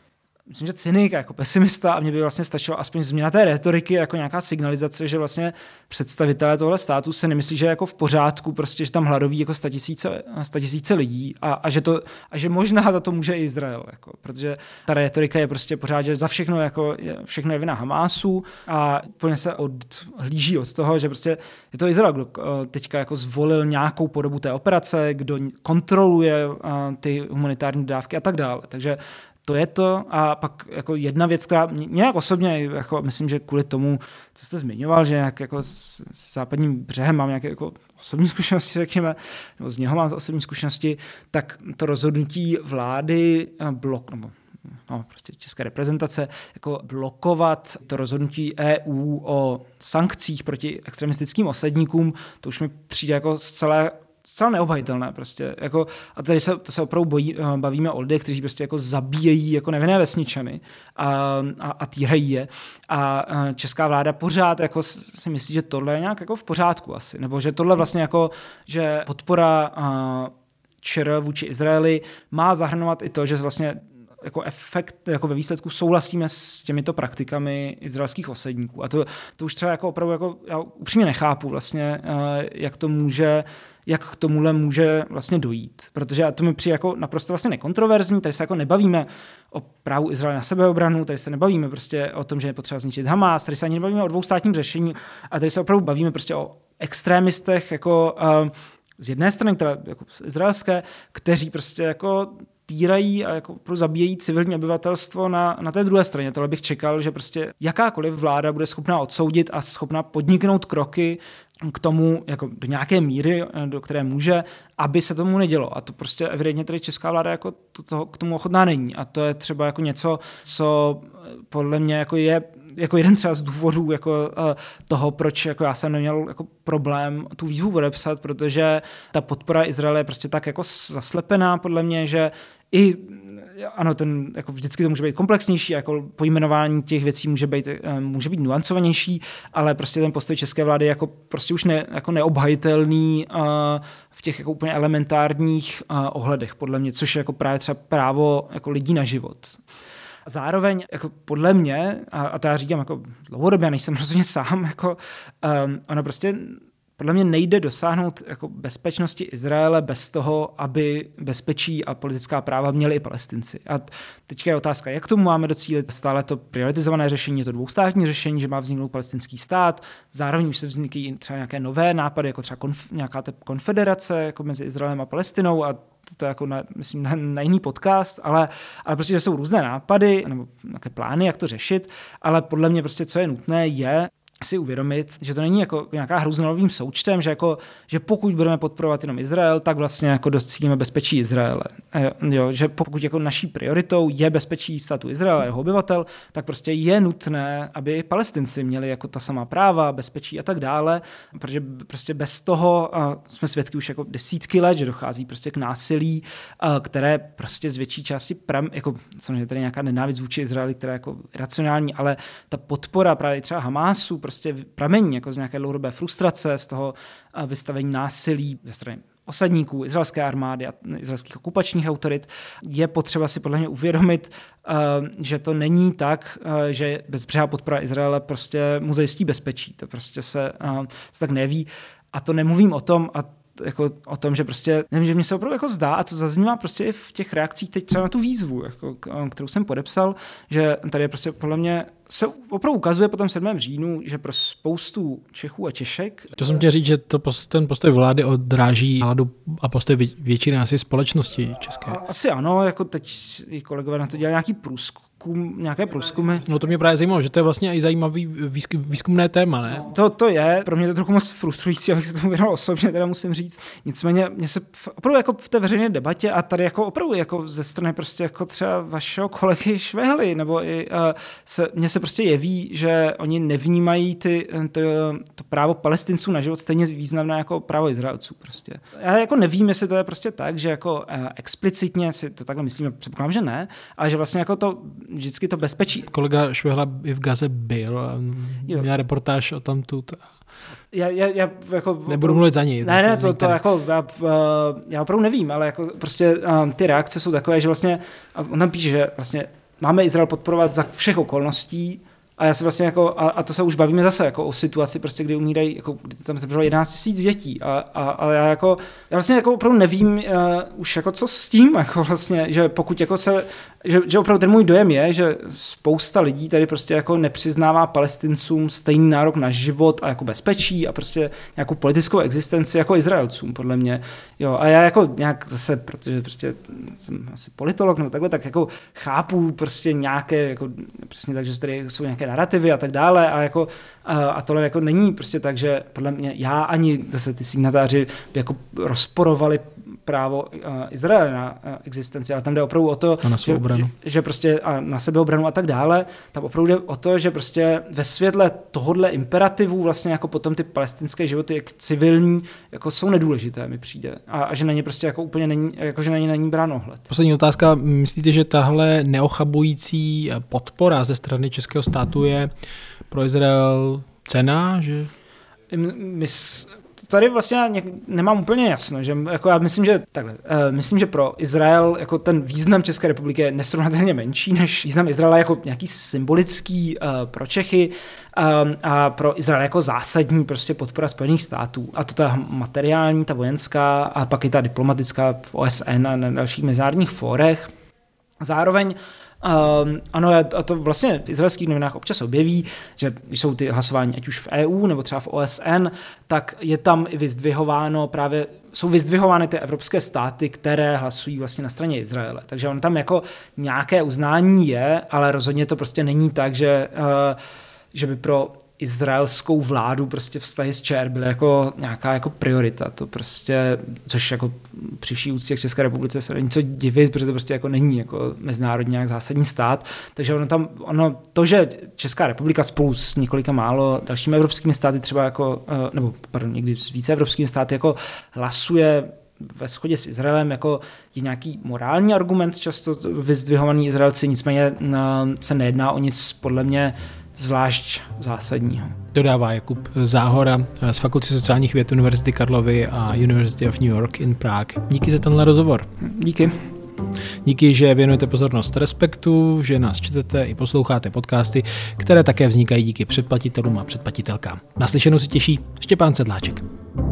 myslím, že cynik, jako pesimista a mě by vlastně stačilo aspoň změna té rétoriky, jako nějaká signalizace, že vlastně představitelé tohle státu se nemyslí, že je jako v pořádku, prostě, že tam hladoví jako statisíce, statisíce lidí a, a, že to, a že možná za to může i Izrael, jako, protože ta rétorika je prostě pořád, že za všechno, jako, je, všechno je vina Hamásu a úplně se odhlíží od toho, že prostě je to Izrael, kdo teďka jako zvolil nějakou podobu té operace, kdo kontroluje ty humanitární dávky a tak dále. Takže to je to a pak jako jedna věc, která nějak osobně, jako myslím, že kvůli tomu, co jste zmiňoval, že nějak jako s, s západním břehem mám nějaké jako osobní zkušenosti, řekněme, nebo z něho mám osobní zkušenosti, tak to rozhodnutí vlády blok, nebo no, prostě české reprezentace, jako blokovat to rozhodnutí E U o sankcích proti extremistickým osadníkům, to už mi přijde jako zcela zcela neobhajitelné prostě, jako, a tady se, to se opravdu bojí, bavíme o lidech, kteří prostě jako zabíjejí jako nevinné vesničany a, a, a týrají je a česká vláda pořád jako si myslí, že tohle je nějak jako v pořádku asi, nebo že tohle vlastně jako, že podpora ČR vůči Izraeli má zahrnovat i to, že vlastně jako efekt, jako ve výsledku souhlasíme s těmito praktikami izraelských osadníků. A to, to už třeba jako opravdu, jako, já upřímně nechápu vlastně, jak to může, jak k tomuhle může vlastně dojít. Protože to mi přijde jako naprosto vlastně nekontroverzní, tady se jako nebavíme o právu Izraele na sebeobranu, tady se nebavíme prostě o tom, že je potřeba zničit Hamás, tady se ani nebavíme o dvoustátním řešení, a tady se opravdu bavíme prostě o extrémistech jako uh, z jedné strany, teda jako z izraelské, kteří prostě jako týrají a jako zabíjejí civilní obyvatelstvo na, na té druhé straně. Tohle bych čekal, že prostě jakákoliv vláda bude schopná odsoudit a schopná podniknout kroky k tomu jako do nějaké míry, do které může, aby se tomu nedělo. A to prostě evidentně tady česká vláda jako to, to, k tomu ochotná není. A to je třeba jako něco, co podle mě jako je jako jeden třeba z důvodů jako, uh, toho, proč jako já jsem neměl jako problém tu výzvu podepsat, protože ta podpora Izraele je prostě tak jako zaslepená podle mě, že i ano, ten, jako vždycky to může být komplexnější, jako pojmenování těch věcí může být, může být nuancovanější, ale prostě ten postoj české vlády je jako prostě už ne, jako neobhajitelný uh, v těch jako úplně elementárních uh, ohledech, podle mě, což je jako právě třeba právo jako lidí na život. Zároveň, jako podle mě, a, a to já říkám jako dlouhodobě, nejsem rozhodně sám, jako, um, ono prostě podle mě nejde dosáhnout jako bezpečnosti Izraele bez toho, aby bezpečí a politická práva měli i Palestinci. A teďka je otázka, jak tomu máme docílit. Stále to prioritizované řešení, je to dvoustátní řešení, že má vzniknout palestinský stát, zároveň už se vznikají třeba nějaké nové nápady, jako třeba konf, nějaká konfederace jako mezi Izraelem a Palestinou, a to je jako na, myslím, na, na jiný podcast, ale, ale prostě jsou různé nápady nebo nějaké plány, jak to řešit, ale podle mě prostě co je nutné je si uvědomit, že to není jako nějaká hru s nulovým součtem, že, jako, že pokud budeme podporovat jenom Izrael, tak vlastně jako docílíme bezpečí Izraele. Jo, že pokud jako naší prioritou je bezpečí státu Izraele a jeho obyvatel, tak prostě je nutné, aby Palestinci měli jako ta samá práva, bezpečí a tak dále, protože prostě bez toho a jsme svědky už jako desítky let, že dochází prostě k násilí, a které prostě z větší části pram, jako samozřejmě tady nějaká nenávist vůči Izraeli, která je jako racionální, ale ta podpora právě třeba Hamásu prostě pramení jako z nějaké dlouhodobé frustrace, z toho vystavení násilí ze strany osadníků, izraelské armády a izraelských okupačních autorit. Je potřeba si podle mě uvědomit, že to není tak, že bezbřehá podpora Izraele prostě mu zajistí bezpečí. To prostě se, se tak neví. A to nemluvím o tom, a jako o tom, že prostě, nevím, že mě se opravdu jako zdá, a to zaznívá prostě i v těch reakcích teď třeba na tu výzvu, jako, kterou jsem podepsal, že tady je prostě podle mě se opravdu ukazuje po tom sedmém říjnu, že pro spoustu Čechů a Češek... To jsem chtěl říct, že to, ten postoj vlády odráží náladu a postoj většiny asi společnosti české. Asi ano, jako teď i kolegové na to dělali nějaký průzkum, nějaké průzkumy. No to mě právě zajímalo, že to je vlastně i zajímavý výzkum, výzkumné téma, ne? No, to, to je, pro mě to trochu moc frustrující, abych se tomu věnoval osobně, teda musím říct. Nicméně mě se opravdu jako v té veřejné debatě a tady jako opravdu jako ze strany prostě jako třeba vašeho kolegy Švehly, nebo i uh, se, mě se prostě jeví, že oni nevnímají ty, to, to právo Palestinců na život stejně významné jako právo Izraelců prostě. Já jako nevím, jestli to je prostě tak, že jako uh, explicitně si to takhle myslíme, předpokládám, že ne, ale že vlastně jako to vždycky to bezpečí. Kolega Švehla i v Gaze byl, měl reportáž o tamtud. Já, já, já jako, nebudu mluvit za ní. Ne, ne, to, to jako, já, já opravdu nevím, ale jako prostě um, ty reakce jsou takové, že vlastně, on tam píše, že vlastně máme Izrael podporovat za všech okolností. A já se vlastně jako, a, a to se už bavíme zase jako o situaci, prostě, kdy umírají, jako, kdy tam zemřelo jedenáct tisíc dětí. A, a, a já jako, já vlastně jako opravdu nevím uh, už jako co s tím, jako vlastně, že pokud jako se, že, že opravdu ten můj dojem je, že spousta lidí tady prostě jako nepřiznává Palestincům stejný nárok na život a jako bezpečí a prostě nějakou politickou existenci jako Izraelcům, podle mě. Jo, a já jako nějak zase, protože prostě jsem asi politolog nebo takhle, tak jako chápu prostě nějaké, jako přesně tak, že tady jsou nějaké narrativy a tak dále a jako a, a tohle jako není prostě tak, že podle mě já ani zase ty signatáři by jako rozporovali právo uh, Izraele na uh, existenci, ale tam jde opravdu o to, na svou obranu. Že, že prostě a na sebeobranu a tak dále, tam opravdu jde o to, že prostě ve světle tohodle imperativu vlastně jako potom ty palestinské životy jak civilní jako jsou nedůležité, mi přijde. A, a že na ně prostě jako úplně není, jako že na ně není brán ohled. Poslední otázka. Myslíte, že tahle neochabující podpora ze strany českého státu je pro Izrael cena, že my tady vlastně nemám úplně jasno, že jako já myslím, že takhle, uh, myslím, že pro Izrael jako ten význam České republiky je nesrovnatelně menší než význam Izraela jako nějaký symbolický uh, pro Čechy um, a pro Izrael jako zásadní prostě podpora Spojených států. A to ta materiální, ta vojenská a pak i ta diplomatická v O S N a na dalších mezinárodních fórech. Zároveň Um, ano, a to vlastně v izraelských novinách občas objeví, že když jsou ty hlasování ať už v E U nebo třeba v O S N, tak je tam i vyzdvihováno právě, jsou vyzdvihovány ty evropské státy, které hlasují vlastně na straně Izraele. Takže on tam jako nějaké uznání je, ale rozhodně to prostě není tak, že, uh, že by pro izraelskou vládu prostě vztahy s ČR byly jako nějaká jako priorita. To prostě, což jako při vší úctě k České republice se není co divit, protože to prostě jako není jako mezinárodní nějak zásadní stát. Takže ono tam, ono, to, že Česká republika spolu s několika málo dalšími evropskými státy třeba jako, nebo pardon, někdy s více evropskými státy jako hlasuje ve shodě s Izraelem, jako je nějaký morální argument často vyzdvihovaný Izraelci, nicméně se nejedná o nic podle mě zvlášť zásadního. Dodává Jakub Záhora z Fakulty sociálních věd Univerzity Karlovy a University of New York in Prague. Díky za tenhle rozhovor. Díky. Díky, že věnujete pozornost Respektu, že nás čtete i posloucháte podcasty, které také vznikají díky předplatitelům a předplatitelkám. Naslyšenou si těší Štěpán Sedláček.